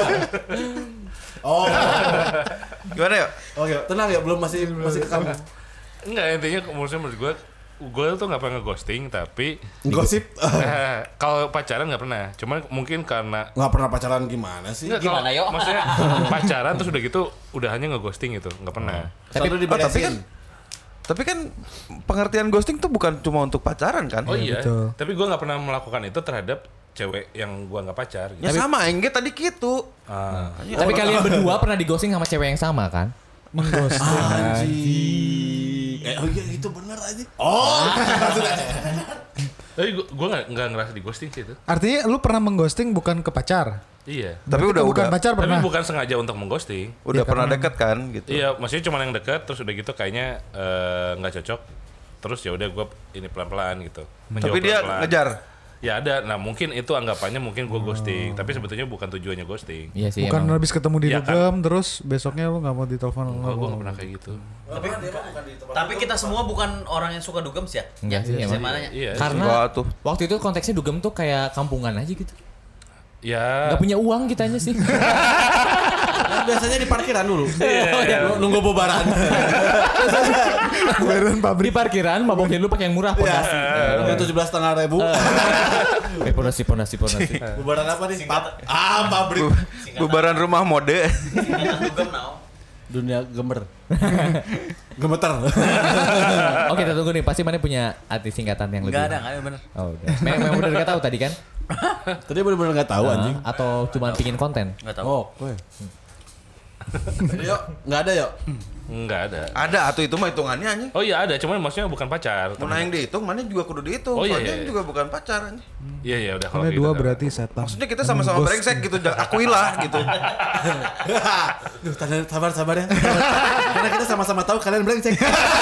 Oh. Gimana ya? Oke, tenang ya, belum masih masih ke kamu. enggak, intinya maksudnya menurut gue gue tuh nggak pernah nge-ghosting, tapi Gosip. eh, kalau pacaran nggak pernah. Cuman mungkin karena Nggak pernah pacaran gimana sih? Nggak, kalau- Gimana, yo? maksudnya pacaran terus udah gitu udah hanya nge-ghosting gitu, nggak pernah. Tapi Oh, tapi kan tapi kan pengertian ghosting tuh bukan cuma untuk pacaran kan? Oh iya, betul. tapi gue nggak pernah melakukan itu terhadap cewek yang gue nggak pacar. Gitu. Ya sama, Engge tadi gitu. Ah. Tapi kalian berdua pernah digosing sama cewek yang sama kan? Mengghosting. Anjing. Eh, oh iya itu bener aja. Oh. Tapi gue gue nggak nggak ngerasa di ghosting sih itu. Artinya lu pernah mengghosting bukan ke pacar. Iya. Tapi Berarti udah bukan udah pacar Tapi pernah. bukan sengaja untuk mengghosting. udah Ya, pernah karena- deket kan gitu. Iya, maksudnya cuma yang dekat terus udah gitu kayaknya eh, nggak cocok. Terus ya udah gue ini pelan-pelan gitu. Menjauh Tapi dia pelan-pelan. ngejar. Ya ada. Nah mungkin itu anggapannya mungkin gue ghosting. Tapi sebetulnya bukan tujuannya ghosting. Iya sih Bukan emang. habis ketemu di Iya, kan? dugem terus besoknya lu nggak mau ditelepon. lu Enggak, nggak gue mau. nggak pernah kayak gitu. Tapi tapi kita semua bukan orang yang suka dugem sih ya. Enggak sih, Saya emang. mananya. Iya. Karena Enggak tuh. waktu itu konteksnya dugem tuh kayak kampungan aja gitu. Ya. Gak punya uang kitanya sih. Kan biasanya di parkiran dulu. Oh, iya. Lu- Nunggu bubaran. Bayaran Di pabrik. parkiran maboknya dulu pakai yang murah pondasi. Nunggu tujuh belas setengah ribu. Eh pondasi pondasi pondasi. Bubaran apa nih? Pap- ah, pabrik. Bubaran rumah mode. Dugem naon? Dunia gemer. Gemeter. Oke, kita tunggu nih. Pasti mana punya arti singkatan yang lebih. Enggak ada, enggak ada bener. Oh, udah. Memang memang bener enggak tahu tadi kan? Tadi bener-bener gak tahu Ah, anjing. atau cuma pingin konten? Enggak tahu. Oh, gue. Yuk, nggak ada yuk. Enggak ada. Ada atuh itu mah hitungannya anjing. Oh iya ada, cuman maksudnya bukan pacar. Mau naik dihitung, mana juga kudu dihitung. Oh, iya, Soalnya iya. juga bukan pacar anjing. Iya iya udah kalau Karena gitu. dua kan. berarti setan. Maksudnya kita sama-sama brengsek gitu, jangan akuilah gitu. Duh, tahan- sabar sabar ya. Karena kita sama-sama tahu kalian brengsek.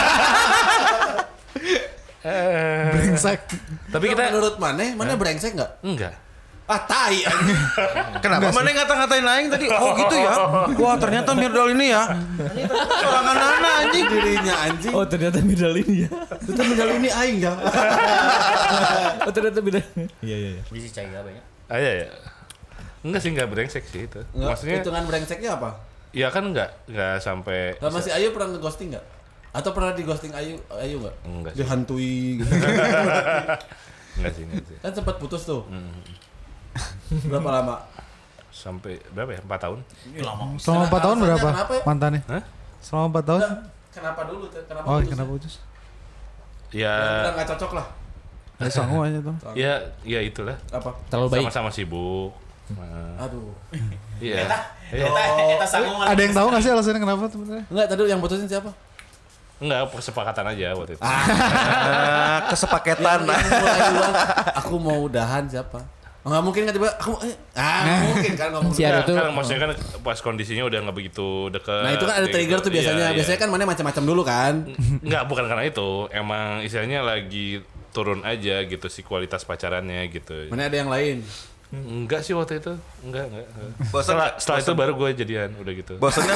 Brengsek. Tapi kita menurut Maneh, mana brengsek nggak? enggak. Ah, tai anjing. Kenapa mana ngata-ngatain aing tadi? Oh gitu ya. Wah, ternyata Mirdal ini ya. Sorangan anak anjing. Dirinya anjing. Oh, ternyata beda ini ya. Itu medal ini aing ya. Oh, ternyata beda. Iya iya iya. Bisa cair banyak. Ah iya ya. Enggak sih enggak brengsek sih itu. Nggak, Maksudnya hitungan brengseknya apa? ya kan enggak enggak sampai Sama si Ayu pernah nge-ghosting nggak? Atau pernah di-ghosting Ayu Ayu nggak? Enggak sih. Dihantui gitu. Enggak sih enggak sih. Kan sempat putus tuh. Berapa lama? Sampai berapa ya? empat tahun. Ini lama. Selama empat tahun Alasannya berapa kenapa ya? mantannya? Hah? Selama empat tahun? Enggak, kenapa dulu? tuh? Kenapa Oh, putusnya? kenapa putus? Ya Udah nggak cocok lah. Ya sangu aja tuh. ya ya itulah. Apa? Terlalu baik. Sama-sama sibuk. Nah, Aduh. iya. Iya. Eta eta sanggung. Ada yang tahu nggak sih alasannya kenapa sebenarnya? Enggak, tadi yang putusin siapa? Enggak, kesepakatan aja waktu itu. Ah, kesepaketan. Yang, yang mulai duluan, aku mau udahan siapa? Oh, nggak mungkin kan tiba aku mau- eh, ah nggak mungkin kan ngomong Si Ayu Enggak, tuh kan maksudnya kan pas kondisinya udah nggak begitu dekat. Nah itu kan ada kayak trigger gitu. tuh biasanya. Iya, iya. Biasanya kan mana macam-macam dulu kan. Enggak, bukan karena itu. Emang istilahnya lagi turun aja gitu si kualitas pacarannya gitu. Mana ada yang lain. Enggak sih waktu itu. Enggak, enggak. Bosan Setelah, nggak? setelah itu Bosan. baru gue jadian udah gitu. Bosannya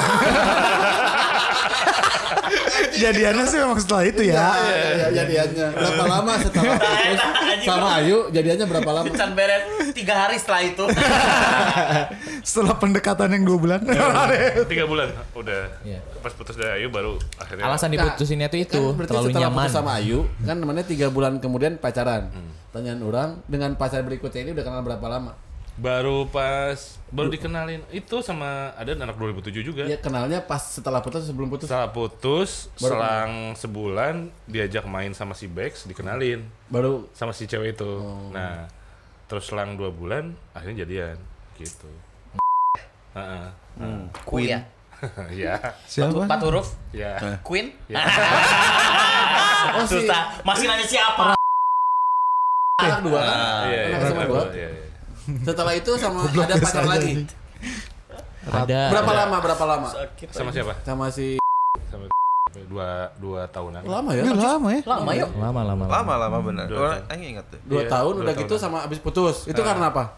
Jadiannya sih memang setelah itu ya. Ya, jadiannya berapa lama setelah putus sama Ayu? Jadiannya berapa lama? Can beres tiga hari setelah itu. Setelah pendekatan yang dua bulan. Tiga bulan udah. Iya. Pas putus dari Ayu baru akhirnya. alasan diputusinnya tuh itu Kan berarti terlalu setelah nyaman. putus sama Ayu kan namanya tiga bulan kemudian pacaran. Tanyaan orang dengan pacar berikutnya ini udah kenal berapa lama? Baru pas baru dikenalin itu sama ada anak dua ribu tujuh juga. Ya kenalnya pas setelah putus sebelum putus. Setelah putus, Baru selang sebulan diajak main sama si Bex, dikenalin Baru sama si cewek itu. Nah, terus selang dua bulan akhirnya jadian gitu. Heeh. Queen. Ya. Siapa? Empat huruf. Ya. Queen. Ya. oh si Susah. Masih nanya siapa? anak dua kan? Iya, iya. Anak sama dua. Iya, iya. Setelah itu sama ada pacar lagi. Ada. Berapa Ada. lama? Berapa lama? Sama siapa? Sama si Sama dua dua tahunan. lama ya? Ini lama ya. Lama yuk. Lama lama. lama lama bener. Dua Orang aing ingat tuh. Dua Iya, tahun dua udah gitu tahunan. sama abis putus. Itu karena apa?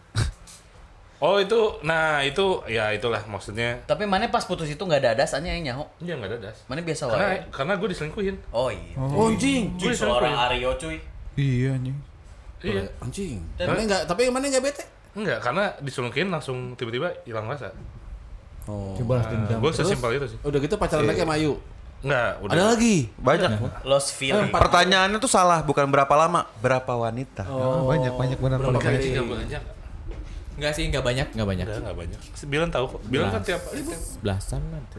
Oh itu, nah itu ya itulah maksudnya. Tapi mana pas putus itu nggak ada adasannya yang nyaho. Dia nggak ada das. Mana biasa Karena wae. karena gue diselingkuhin. Oh iya. Oh, anjing. Cuy seorang Aryo cuy. Iya anjing. Iya. Anjing. Dan- Mana enggak, tapi mana enggak bete? Enggak, karena diselingkuhin langsung tiba-tiba hilang rasa. Oh. Coba dendam. Gue sesimpel itu sih. Udah gitu pacaran lagi sama Ayu. Enggak, udah. Ada lagi. Banyak. Lost feeling. Pertanyaannya tuh salah, bukan berapa lama, berapa wanita. Oh, banyak banyak benar kalau Berapa kayak kali? Enggak banyak. Enggak sih, enggak banyak, enggak banyak. Enggak, enggak banyak. Bilang tahu kok. Bilang kan tiap hari. Belasan nanti.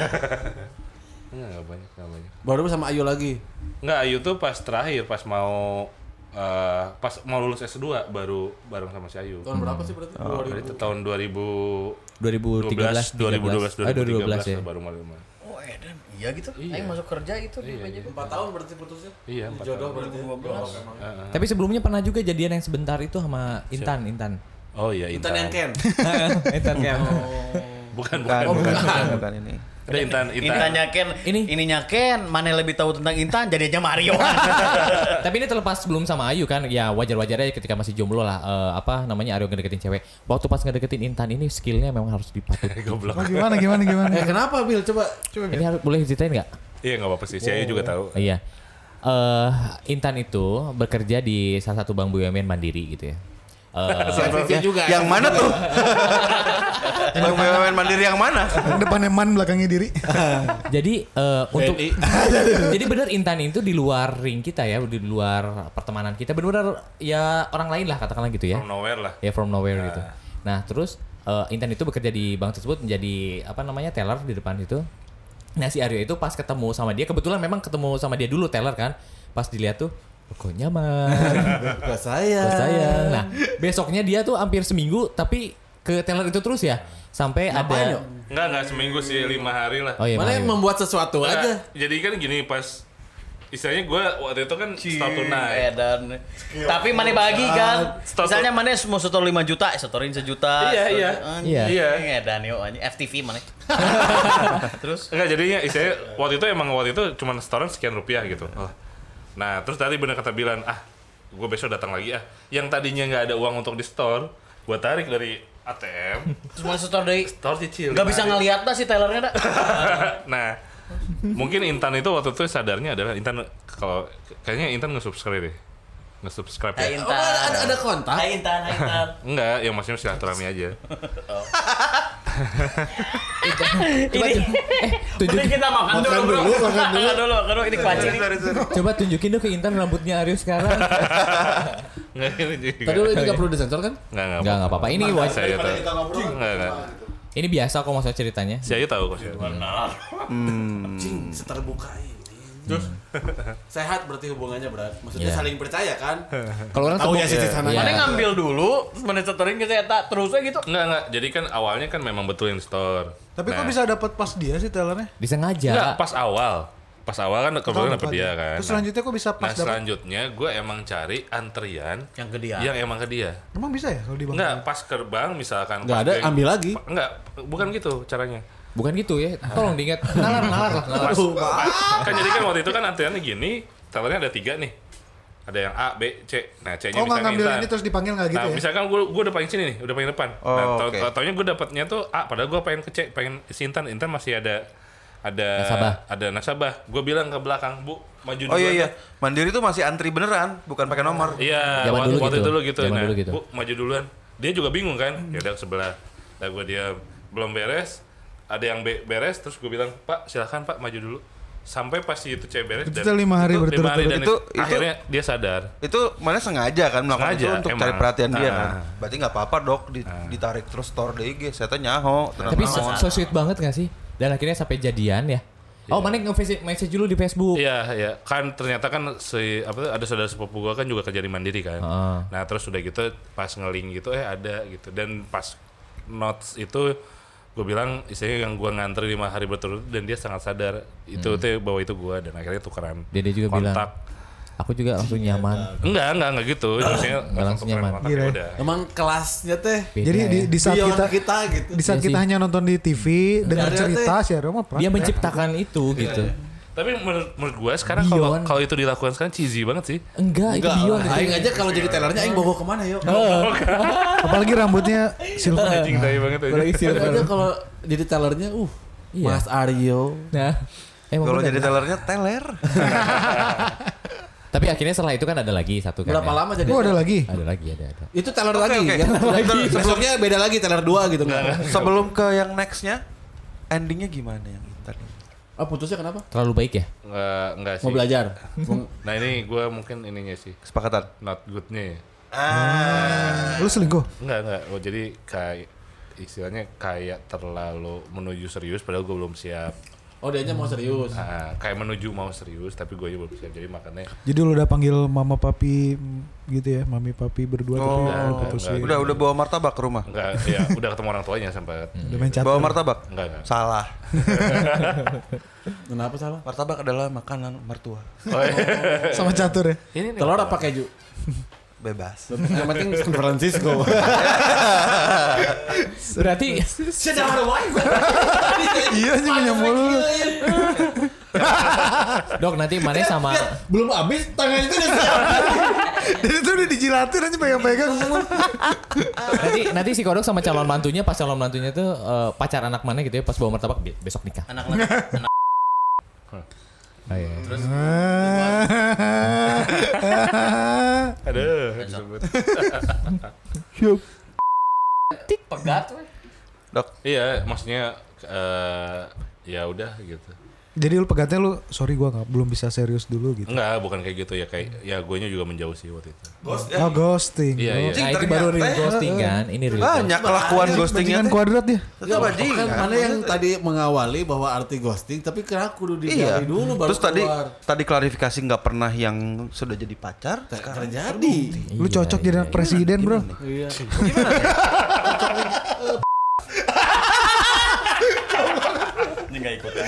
Enggak, enggak banyak, enggak banyak. Baru sama Ayu lagi. Enggak, Ayu tuh pas terakhir pas mau eh, pas mau lulus S dua baru bareng sama si Ayu. Tahun berapa sih berarti? Oh, itu tahun dua ribu dua ribu tiga belas, dua ribu dua belas, Ah, dua ribu dua belas ya. baru mulai mulai. Oh edan. Iya gitu. Iya. Aing masuk kerja itu di Iya, meja. Empat tahun berarti putusnya? Iya, empat Jodoh tahun. berarti. dua ribu dua belas. Heeh. Tapi sebelumnya pernah juga jadian yang sebentar itu sama Intan, Intan. Oh iya, Intan yang Ken. Intan ya. Bukan, Bukan, bukan, bukan, bukan. bukan, bukan ini. Ada Intan, Intan. Intannya Ken, Ini. ininya Ken, mana lebih tahu tentang Intan, jadinya Mario. Tapi ini terlepas belum sama Ayu kan, ya wajar-wajar aja ketika masih jomblo lah. Eh, apa namanya Aryo ngedeketin cewek. Waktu pas ngedeketin Intan ini skillnya memang harus dipatut. Goblok. Oh, gimana gimana gimana? Eh kenapa Bil? Coba. Coba. Ini harus boleh diceritain nggak? Iya, enggak apa-apa sih. Si Ayu juga tahu. Iya. Eh Intan itu bekerja di salah satu bank B U M N mandiri gitu ya. eh, juga. Yang mana tuh? Yang B U M N Mandiri yang mana? Depannya man, belakangnya diri. jadi eh, untuk jadi benar Intan itu di luar ring kita ya, di luar pertemanan kita benar-benar ya orang lain lah katakanlah gitu ya. From nowhere lah. Ya from nowhere gitu. Nah terus uh, Intan itu bekerja di bank tersebut menjadi apa namanya teller di depan itu. Nah si Aryo itu pas ketemu sama dia, kebetulan memang ketemu sama dia dulu teller kan. Pas dilihat tuh, oh, kok nyaman. Ke saya. Ke saya. Nah besoknya dia tuh hampir seminggu tapi ke teller itu terus ya. Sampai Ngapain, ada. yuk? Enggak, enggak seminggu sih, lima hari lah. Oh iya. Mana yang makanya. membuat sesuatu Enggak, aja. jadi kan gini pas istilahnya gue waktu itu kan start tunai. Edan. Tapi mana bagi kan? Stop. Misalnya mana mau setor lima juta, setorin sejuta. Iya, iya. Iya. Iya. Edan yuk anjing F T V mana? Terus Enggak, jadinya istilahnya waktu itu emang waktu itu cuma setoran sekian rupiah gitu. Oh. Nah, terus tadi bener kata Bilan, ah, gue besok datang lagi ah. Yang tadinya nggak ada uang untuk di store, gue tarik dari A T M. terus mau setor dari Store cicil. Gak bisa ngeliat dah si tellernya dah. Nah, mungkin Intan itu waktu itu sadarnya adalah Intan kalau kayaknya Intan nge-subscribe deh. Nge-subscribe Hai ya. Oh, ada, ada kontak. Hai Intan, hai Intan. Enggak, yang maksudnya silaturahmi aja. Ini mending kita makan dulu, Makan bro. dulu, makan dulu. Makan dulu, makan dulu. Ini kuaci nih. Coba tunjukin dong ke Intan rambutnya Aryo sekarang. Enggak ini juga. Tadi lu ini gak perlu disensor kan? Enggak, enggak. Enggak, enggak apa-apa. Ini wajar. Saya tahu. Enggak, enggak. Ini biasa kok maksudnya ceritanya. Si Ayu tahu kok. Cing, seterbuka ini. Terus sehat berarti hubungannya berat. Maksudnya Iya. saling percaya kan? Kalau orang Tahu ya tebuk- sisi sana. Iya. Mana ngambil dulu, terus mana setorin ke saya tak terus aja gitu. Enggak, enggak. Jadi kan awalnya kan memang betul yang store. Tapi kok Nah, bisa dapat pas dia sih tellernya? Disengaja. Enggak, pas awal. Pas awal kan kebetulan dapet dia kan. Terus selanjutnya kok bisa Nah, pas dapat? selanjutnya gue emang cari antrian Yang ke dia. yang emang ke dia. Emang bisa ya kalau di bank? Enggak, pas gerbang misalkan. Nggak pas ada, gue- ambil lagi. Pa- Enggak, bukan gitu caranya. Bukan gitu ya. Tolong diingat. Nalar, nalar lah. Nalar. Pas, kan jadi kan waktu itu kan antriannya gini, tellernya ada tiga nih. Ada yang A, B, C. Nah, C-nya Oh nggak misalkan ngambil Intan. ini terus dipanggil nggak gitu Nah, ya? misalkan gue gue udah paling sini nih, udah paling depan. Oh, nah, tau, oke. tau- taunya gue dapatnya tuh A, padahal gue pengen ke C, pengen si Intan, Intan masih ada ada Nasabah. ada nasabah. Gue bilang ke belakang, Bu, maju Oh iya duluan." iya, Mandiri tuh masih antri beneran, bukan pakai nomor. Iya, Zaman waktu, dulu waktu gitu. itu dulu gitu. Zaman Nah, dulu gitu. Bu, maju duluan. Dia juga bingung kan? Ya udah sebelah. Nah, gue dia belum beres, ada yang be- beres, terus gue bilang, "Pak, silakan Pak maju dulu." Sampai pas si itu C beres Itu lima hari itu lima hari berturut-turut. dan Itu- itu, itu- akhirnya dia sadar. Itu mana sengaja kan melakukan Sengaja, itu untuk emang. cari perhatian dia Nah. kan. Berarti nggak apa-apa dok, di- ditarik terus store D I G. Saya tanya nyaho. tenang Tapi naon. so, so sweet banget gak sih? Dan akhirnya sampai jadian ya. Oh, mana nge-message message dulu di Facebook. Iya, iya. Kan ternyata kan si apa tuh, ada saudara sepupu gua kan juga kerja di Mandiri kan. Heeh. Nah, terus udah gitu pas nge-link gitu eh ada gitu. Dan pas notes itu gue bilang istilahnya yang gua ngantri lima hari berturut dan dia sangat sadar itu tuh bahwa itu gua dan akhirnya tukeran Dia, dia juga bilang, kontak. aku juga langsung nyaman. Enggak, enggak, enggak gitu. Maksudnya langsung tukeran nyaman. kontak, Gila. ya udah. Emang kelasnya teh Beda Jadi di, ya. di saat beyond kita, kita gitu. di saat Iya kita sih. hanya nonton di T V dengar Ada cerita teh. si Aryo mah Dia praktek. menciptakan itu gitu. Tapi menurut, menurut gua sekarang kalau Beyond. kalau itu dilakukan sekarang cheesy banget sih. Enggak, itu Enggak, beyond. aing itu. aja kalau jadi tellernya aing bawa kemana yuk? Apalagi rambutnya silver. Anjing tai banget aja. Apalagi Aing silver. aja kalau jadi tellernya, uh, Iya. Mas Aryo. Nah, emang Kalau bener. jadi tellernya teller. Tapi akhirnya setelah itu kan ada lagi satu kan. Berapa ya? lama jadi? Oh ada lagi. Ada lagi, ada ada. Itu teller Oke, lagi oke. kan? Bentar, Besoknya beda lagi teller dua gitu kan? Sebelum ke yang nextnya, endingnya gimana yang Intan? Ah putusnya kenapa? Terlalu baik ya? Enggak, enggak sih. Mau belajar. Nah, ini gua mungkin ininya sih. Kesepakatan. Not good-nya ya. Lu selingkuh? Enggak, enggak. Oh, jadi kayak istilahnya kayak terlalu menuju serius padahal gue belum siap. Oh dianya mau serius. Nah, kayak menuju mau serius tapi gue belum siap. Jadi makanya Jadi lu udah panggil mama papi mm, gitu ya, mami papi berdua tapi Oh, lu putusin. enggak. Udah udah bawa martabak ke rumah. enggak ya udah ketemu orang tuanya sempat. Udah main catur. Bawa martabak? Enggak, enggak. Salah. Kenapa salah? Martabak adalah makanan mertua. Oh, iya. Sama catur ya. Ini nih. Telur apa keju? Bebas. Yang penting San Francisco. Berarti Sejarah wine. Iya anjing menyambul lu. Dok nanti mana sama Belum habis tangannya itu udah siap. Dan itu udah dijilatin aja pegang-pegang semua. nanti nanti si Kodok sama calon mantunya pas calon mantunya tuh eh, pacar anak mana gitu ya pas bawa martabak be- besok nikah. Anak-anak. Oh, iya. Terus Aduh, disebut. pegat weh. Dok, Iya, maksudnya eh ya udah gitu. Jadi lu pegatnya lu sorry gua nggak belum bisa serius dulu gitu. Enggak, bukan kayak gitu ya, kayak ya guenya juga menjauh sih waktu itu. Oh ghosting. Iya, iya. Nah itu baru real ghosting kan. Ini real ghosting. banyak kelakuan ghostingnya Bajingan teh. kuadrat ya. Ya, kan mana yang tadi mengawali bahwa arti ghosting, tapi kenapa kudu Iya. digali dulu baru Terus tadi keluar. tadi klarifikasi nggak pernah yang sudah jadi pacar. Sekarang terjadi. Lu cocok jadi anak presiden, Bro. Iya. Ini enggak ikutan.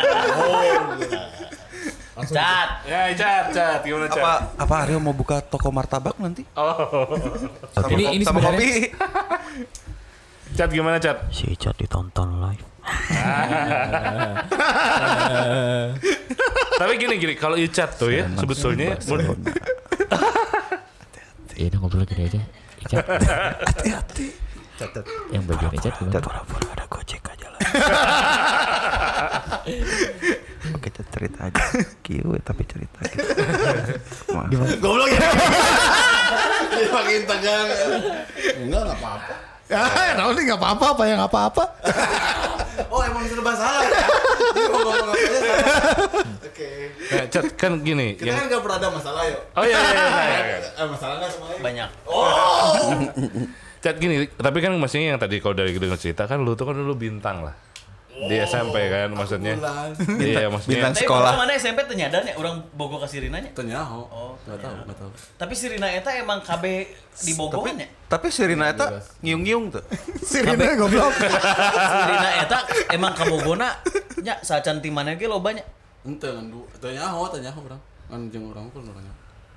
Cat. Ya, cat, cat, gimana cat? Apa apa Aryo mau buka toko martabak nanti? Oh. Sama, Ini- ko- ini sama sebenarnya- kopi. Cat gimana, cat? Si Cat ditonton live. Tapi gini gini, kalau Icat tuh ya sebetulnya Iya udah ngobrol gini aja. Icat. Hati-hati. Yang bagian Icat gimana? Pura-pura ada gojek aja lah. Oke, cerita aja. Kieu tapi cerita gitu. Gimana? Goblok ya. Dia makin tegang. Enggak, enggak apa-apa. Ya, nah ini nggak apa-apa, apa yang apa-apa. Oh, emang serba salah ya. Dia ngomong apa aja salah. Oke. nah, cat kan gini, Kita yang kan enggak pernah ada masalah yuk. oh iya iya iya, iya, iya. Eh, masalah enggak sama Aing? Banyak. Cat gini, tapi kan maksudnya yang tadi kalau dari dengar cerita kan lu tuh kan dulu bintang lah. Di S M P kan maksudnya. Bulan. Iya maksudnya. bintang Tapi sekolah. mana S M P teu nyadan ya urang bogo ka si Rina nya. Tenyaho. Oh, Enggak tahu, enggak tahu. Tapi si Rina eta emang K B di Bogohan ya? Tapi si Rina eta ngiung-ngiung tuh. Sirine goblok. Si Rina eta emang ka Bogona nya sacan ti mana ge lobanya. Henteu ngan tenyaho, tenyaho urang. Ngan jeung urang pun urangnya.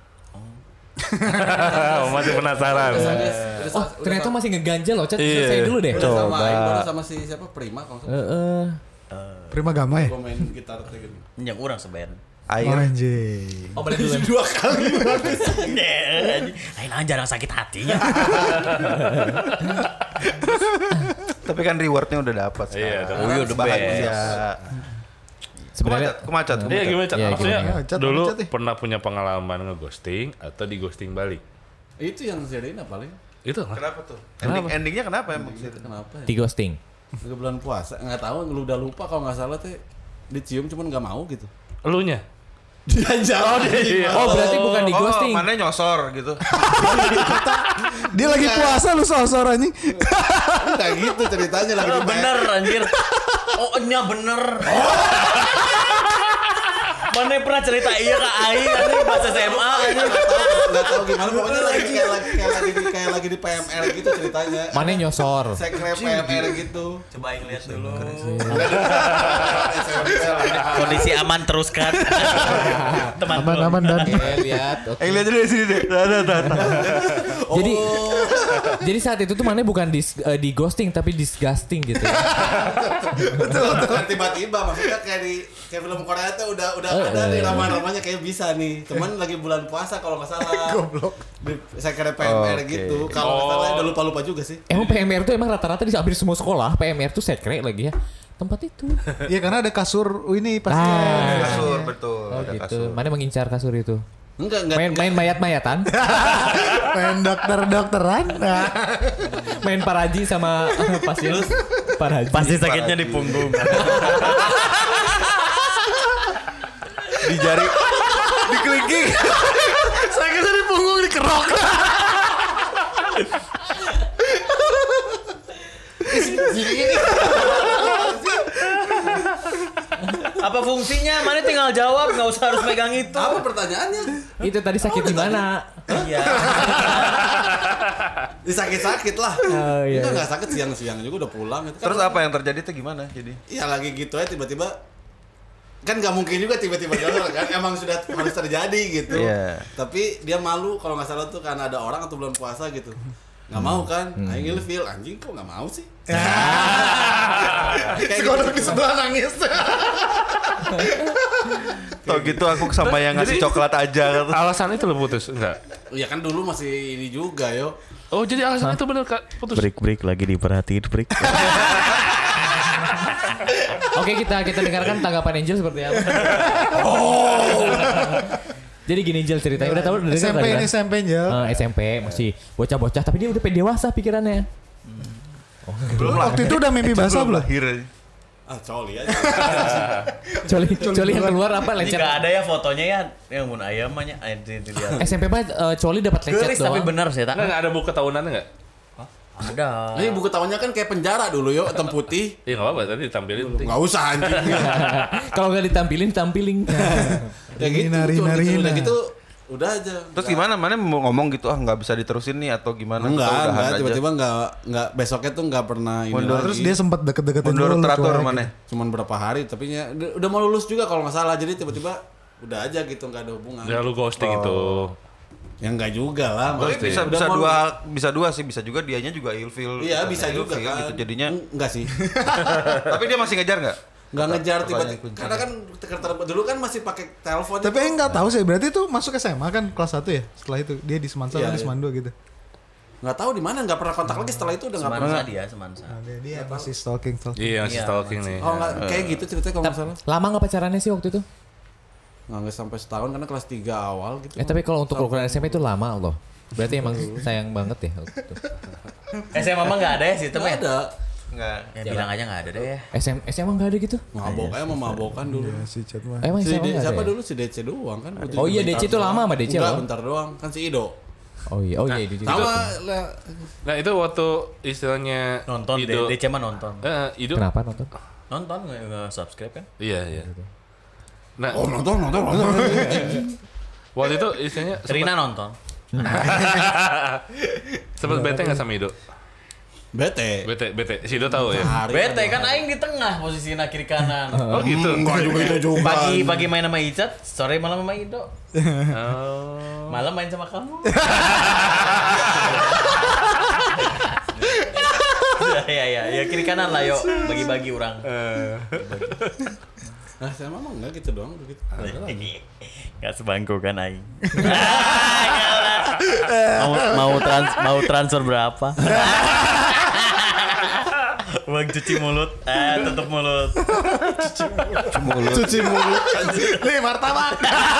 Masih penasaran. Oh ternyata masih ngeganjel loh Cat. Iya. Selesai dulu deh. Udah sama Aing baru sama si siapa Prima kalau nggak salah. Heeh. Prima Gama ya? Gua main gitar teh gitu. Yang urang seband. Oh, Air. anjing. Oh balik dulu. Dua kali berarti. Aing jarang sakit hatinya. Tapi kan rewardnya udah dapat Iya, sekarang. udah- Oh, iya, udah bahagia. Sebenarnya Kemacat, kemacat. Iya gimana cat? Iya, Maksudnya gimana? Cat, dulu cat, ya. pernah punya pengalaman ngeghosting atau di ghosting balik? Itu yang Serena paling. Itu lah. Kenapa tuh? Ending, endingnya kenapa emang sih? Kenapa ya? di ghosting. Ke bulan puasa, nggak tahu, lu udah lupa kalau nggak salah teh dicium cuman nggak mau gitu. Elunya? Diajak. Oh, iya. Oh berarti bukan di Oh, ghosting. mana nyosor gitu. Dia lagi puasa lu sosor anjing. Kayak gitu ceritanya lagi Oh, di bener anjir. Oh, nya bener. Mana pernah cerita iya ke Aing anjing pas S M A anjing. Nggak tahu, nggak tahu gimana. Pokoknya lagi kayak lagi kayak lagi di kayak lagi di P M R gitu ceritanya. Mana nyosor. Sekre P M R gitu. Coba Aing lihat dulu. Kondisi aman terus kan. Teman Aman-aman dan Oke lihat. Oke. Eh lihat dulu di sini deh. Nah, nah, nah, nah. Jadi jadi saat itu tuh mana bukan dis, eh, di ghosting tapi disgusting gitu. Kan tiba-tiba maksudnya kayak di kayak film Korea tuh udah udah ada nih rama-ramanya kayak bisa nih. Cuman lagi bulan puasa kalau nggak salah. Goblok. Sekre P M R Oke. gitu. Kalau nggak salah udah lupa-lupa juga sih. Emang P M R tuh emang rata-rata di hampir semua sekolah P M R tuh sekre lagi ya. Tempat itu. Iya karena ada kasur ini pasti. Ah. Kasur betul, Oh ada gitu. kasur. Mana mengincar kasur itu? Enggak, enggak. Main main mayat-mayatan. Main dokter-dokteran. Nah. Main paraji sama eh, pasien. Paraji. Pasti sakitnya di punggung. Di jari di kelingking. Sakitnya di punggung dikerok. Apa fungsinya? Mana tinggal jawab, nggak usah harus megang itu. Apa pertanyaannya? Itu tadi sakit di mana? Iya. Disakit-sakit lah. Oh, iya. Enggak, enggak sakit siang-siang juga udah pulang itu. Terus apa yang terjadi tuh gimana jadi? Ya lagi gitu ya tiba-tiba kan nggak mungkin juga tiba-tiba gagal kan emang sudah harus terjadi gitu. Iya. Tapi dia malu kalau nggak salah tuh karena ada orang atau bulan puasa gitu. Nggak mau kan? Aing ilfil anjing kok nggak mau sih? Kayak Sekolah di sebelah nangis. Tau gitu aku sama yang ngasih coklat aja. Alasan itu lo putus? Enggak. ya kan dulu masih ini juga yo. Oh jadi alasan itu bener Kak putus? Break break lagi diperhatiin break. Oke, kita kita dengarkan tanggapan Angel seperti apa. Oh. Jadi gini Angel ceritanya udah tahu udah S M P dengar ini kan? S M P Angel. Uh, S M P masih bocah-bocah tapi dia udah dewasa pikirannya. Belum Waktu itu udah mimpi basah belum? Lahir. Ah, coli aja. Coli coli yang keluar apa lecet? Jika ada ya fotonya ya yang mun ayam mah nya dilihat. S M P mah uh, coli dapat lecet Gelis tapi doang. bener sih tak. Enggak enggak ada buku tahunannya enggak? Ada. Ini buku tahunnya kan kayak penjara dulu yo, hitam putih. Iya enggak apa-apa tadi ditampilin. Enggak usah anjing. Kalau nggak ditampilin, ditampilin. Ya gitu, Nari, cuma nari, gitu, udah nah. gitu udah aja. Terus gimana? Mana mau ngomong gitu ah nggak bisa diterusin nih atau gimana? Enggak, Atau udahan enggak, aja? tiba-tiba enggak enggak besoknya tuh enggak pernah ini Mundur. lagi. Terus dia sempat deket-deketin Mundur lu, lu teratur cuek. mana? Cuman berapa hari tapi nya udah, udah mau lulus juga kalau nggak salah. Jadi tiba-tiba udah aja gitu enggak ada hubungan. Ya lu ghosting itu. Ya enggak juga lah. Tapi maksudnya. bisa Udah bisa mau- dua bisa dua sih bisa juga dianya juga ilfil. Iya, bisa ilfil juga kan. gitu jadinya. Enggak sih. Tapi dia masih ngejar nggak? Enggak ngejar Pertanyaan tiba-tiba. kunci. Karena kan sekretar- dulu kan masih pakai telepon. Tapi itu. Aing nggak tahu sih, berarti itu masuk S M A kan kelas satu ya? Setelah itu dia di Semansa, Iya, lu di iya. Semando gitu. Nggak tahu di mana, nggak pernah kontak lagi setelah itu udah nggak pernah. Semansa dia, semansa. Nah, dia, dia masih stalking stalking. Iya, masih Iya, stalking nih. Oh nggak kayak gitu ceritanya kalau nggak salah. Lama nggak pacarannya sih waktu itu? Nggak nggak sampai setahun karena kelas tiga awal gitu. Eh tapi kalau untuk ukuran S M P itu lama loh. Berarti emang sayang banget ya waktu itu. S M A mah enggak ada ya sistemnya. Nggak ada. Enggak. Ya bilang aja enggak ada deh ya. S M S M A nggak ada gitu? Mabok aja mau mabokan dulu. Ya, si chat mah. Emang Si S M A D- nggak ada siapa ya? dulu si D C doang kan? Oh iya, D C itu lama sama D C Enggak, loh. bentar doang kan si Ido. Oh iya, oh iya itu juga. Sama lah. Nah, itu waktu istilahnya Nonton Ido. D C mah nonton. Eh, Ido. Kenapa nonton? Nonton enggak enggak subscribe kan? Iya, iya. Nah, Oh nonton nonton nonton. waktu itu istilahnya Rina nonton. sempat bete enggak sama Ido? Bete. Bete, bete. Si Ido tahu ya? Hari Bete kan aing di tengah posisinya kiri kanan. Oh gitu. Enggak juga itu juga. Pagi pagi main sama Icat, sore malam sama Ido. Oh. Malam main sama kamu. Ya ya ya kiri kanan lah yuk bagi-bagi orang. Nah, saya mah enggak gitu doang begitu. Gak sebangku kan aing. mau mau trans mau transfer berapa? Uang cuci mulut, eh tutup mulut. Cuci mulut. Nih martabak.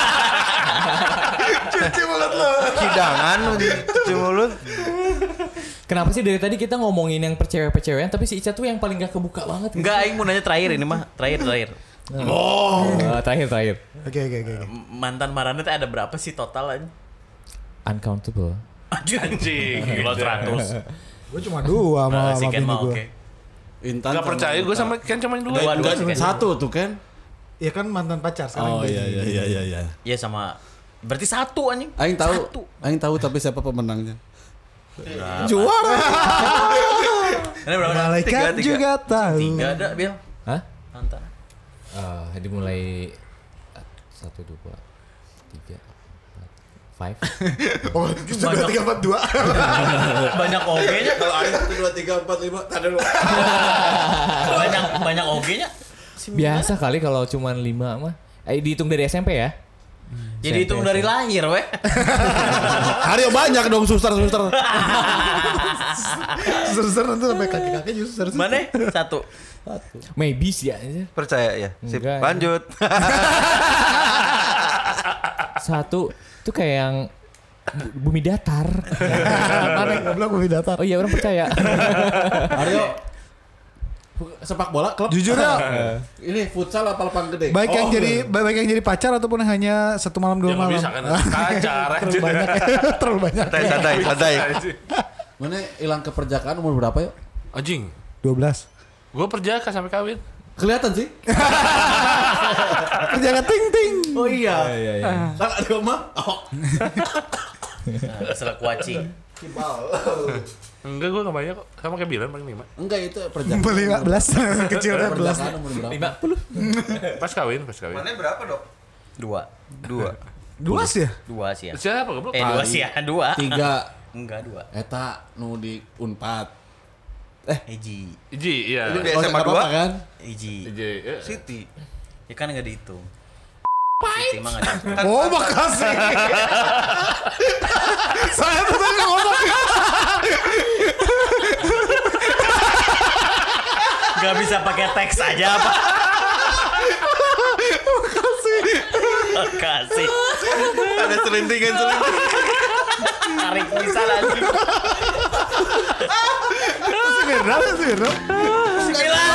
Cuci mulut lu. Hidangan cuci mulut. Kenapa sih dari tadi kita ngomongin yang percewek-percewekan tapi si Ica tuh yang paling gak kebuka banget? Enggak, aing mau nanya terakhir ini mah, terakhir terakhir. Oh, terakhir terakhir. Oke oke oke. oke. Mantan Marana teh ada berapa sih total aja? Uncountable. Anjing. Gila seratus. Gue cuma dua sama Nah, si sama Ken bini mah gue. oke. Intan. Enggak percaya gue sama Ken cuma dua. Dua, dua Enggak, sih, Ken. satu tuh kan. Ya kan mantan pacar sekarang. Oh bini. iya iya iya iya iya. Iya sama berarti satu anjing. Aing tahu. Satu. Aing tahu tapi siapa pemenangnya? Berapa? Juara. Ini berapa? Malaikat Tiga, tiga. juga tahu. Tiga ada, Bil. Hah? Mantan. Ah, dimulai satu dua tiga empat five. Oh, sudah Banyak. tiga empat dua. Banyak O G-nya. Kalau Aing satu dua tiga empat lima, tadi dulu. Banyak banyak O G-nya. Biasa kali kalau cuma lima mah. Eh, dihitung dari S M P ya? Jadi hitung dari lahir, weh. Hario banyak dong suster-suster. Suster nanti sampai kaki-kaki suster. Mana? Satu. Maybe sih ya. Percaya ya. Sip, Enggak. lanjut. Satu itu kayak yang bu- bumi datar. Goblok bumi datar. Oh iya orang percaya. Hario sepak bola klub. Jujur ya, Ini futsal apa lapangan gede? baik yang Oh, jadi baik yang jadi pacar ataupun hanya satu malam dua Ya nggak malam. bisa kan pacar Terlalu aja. banyak. Terlalu banyak. Santai, santai, santai. Mana hilang keperjakaan umur berapa yuk? Anjing. dua belas. Gue perjaka sampai kawin. Kelihatan sih. Jangan ting ting. Oh iya. Iya iya. Kan ada mah. Oh. Nah, setelah kuaci. Enggak, gue nggak banyak kok. Sama kayak bilang paling lima. Enggak itu perjakaan. Beli lima belas kecilnya belas. Perjakaan umur berapa? lima puluh. Pas kawin, pas kawin. Mana berapa, Dok? Dua. Dua. Dua sih ya? Dua sih ya. Siapa goblok? Eh dua sih ya, dua. Tiga. Enggak dua. Eta nu di Unpad. Eji. Iji, iya. Ini di Oh, S M A nggak dua? apa-apa kan? Iji. Iji. eh. City. Ya kan enggak dihitung. Siti mah enggak dihitung. Oh makasih. Saya tuh tadi ngomong. Gak bisa pakai teks aja apa? Makasih. Ada selintingan selintingan. Tarik bisa lagi. Si Mirna, si Mirna. Sembilan.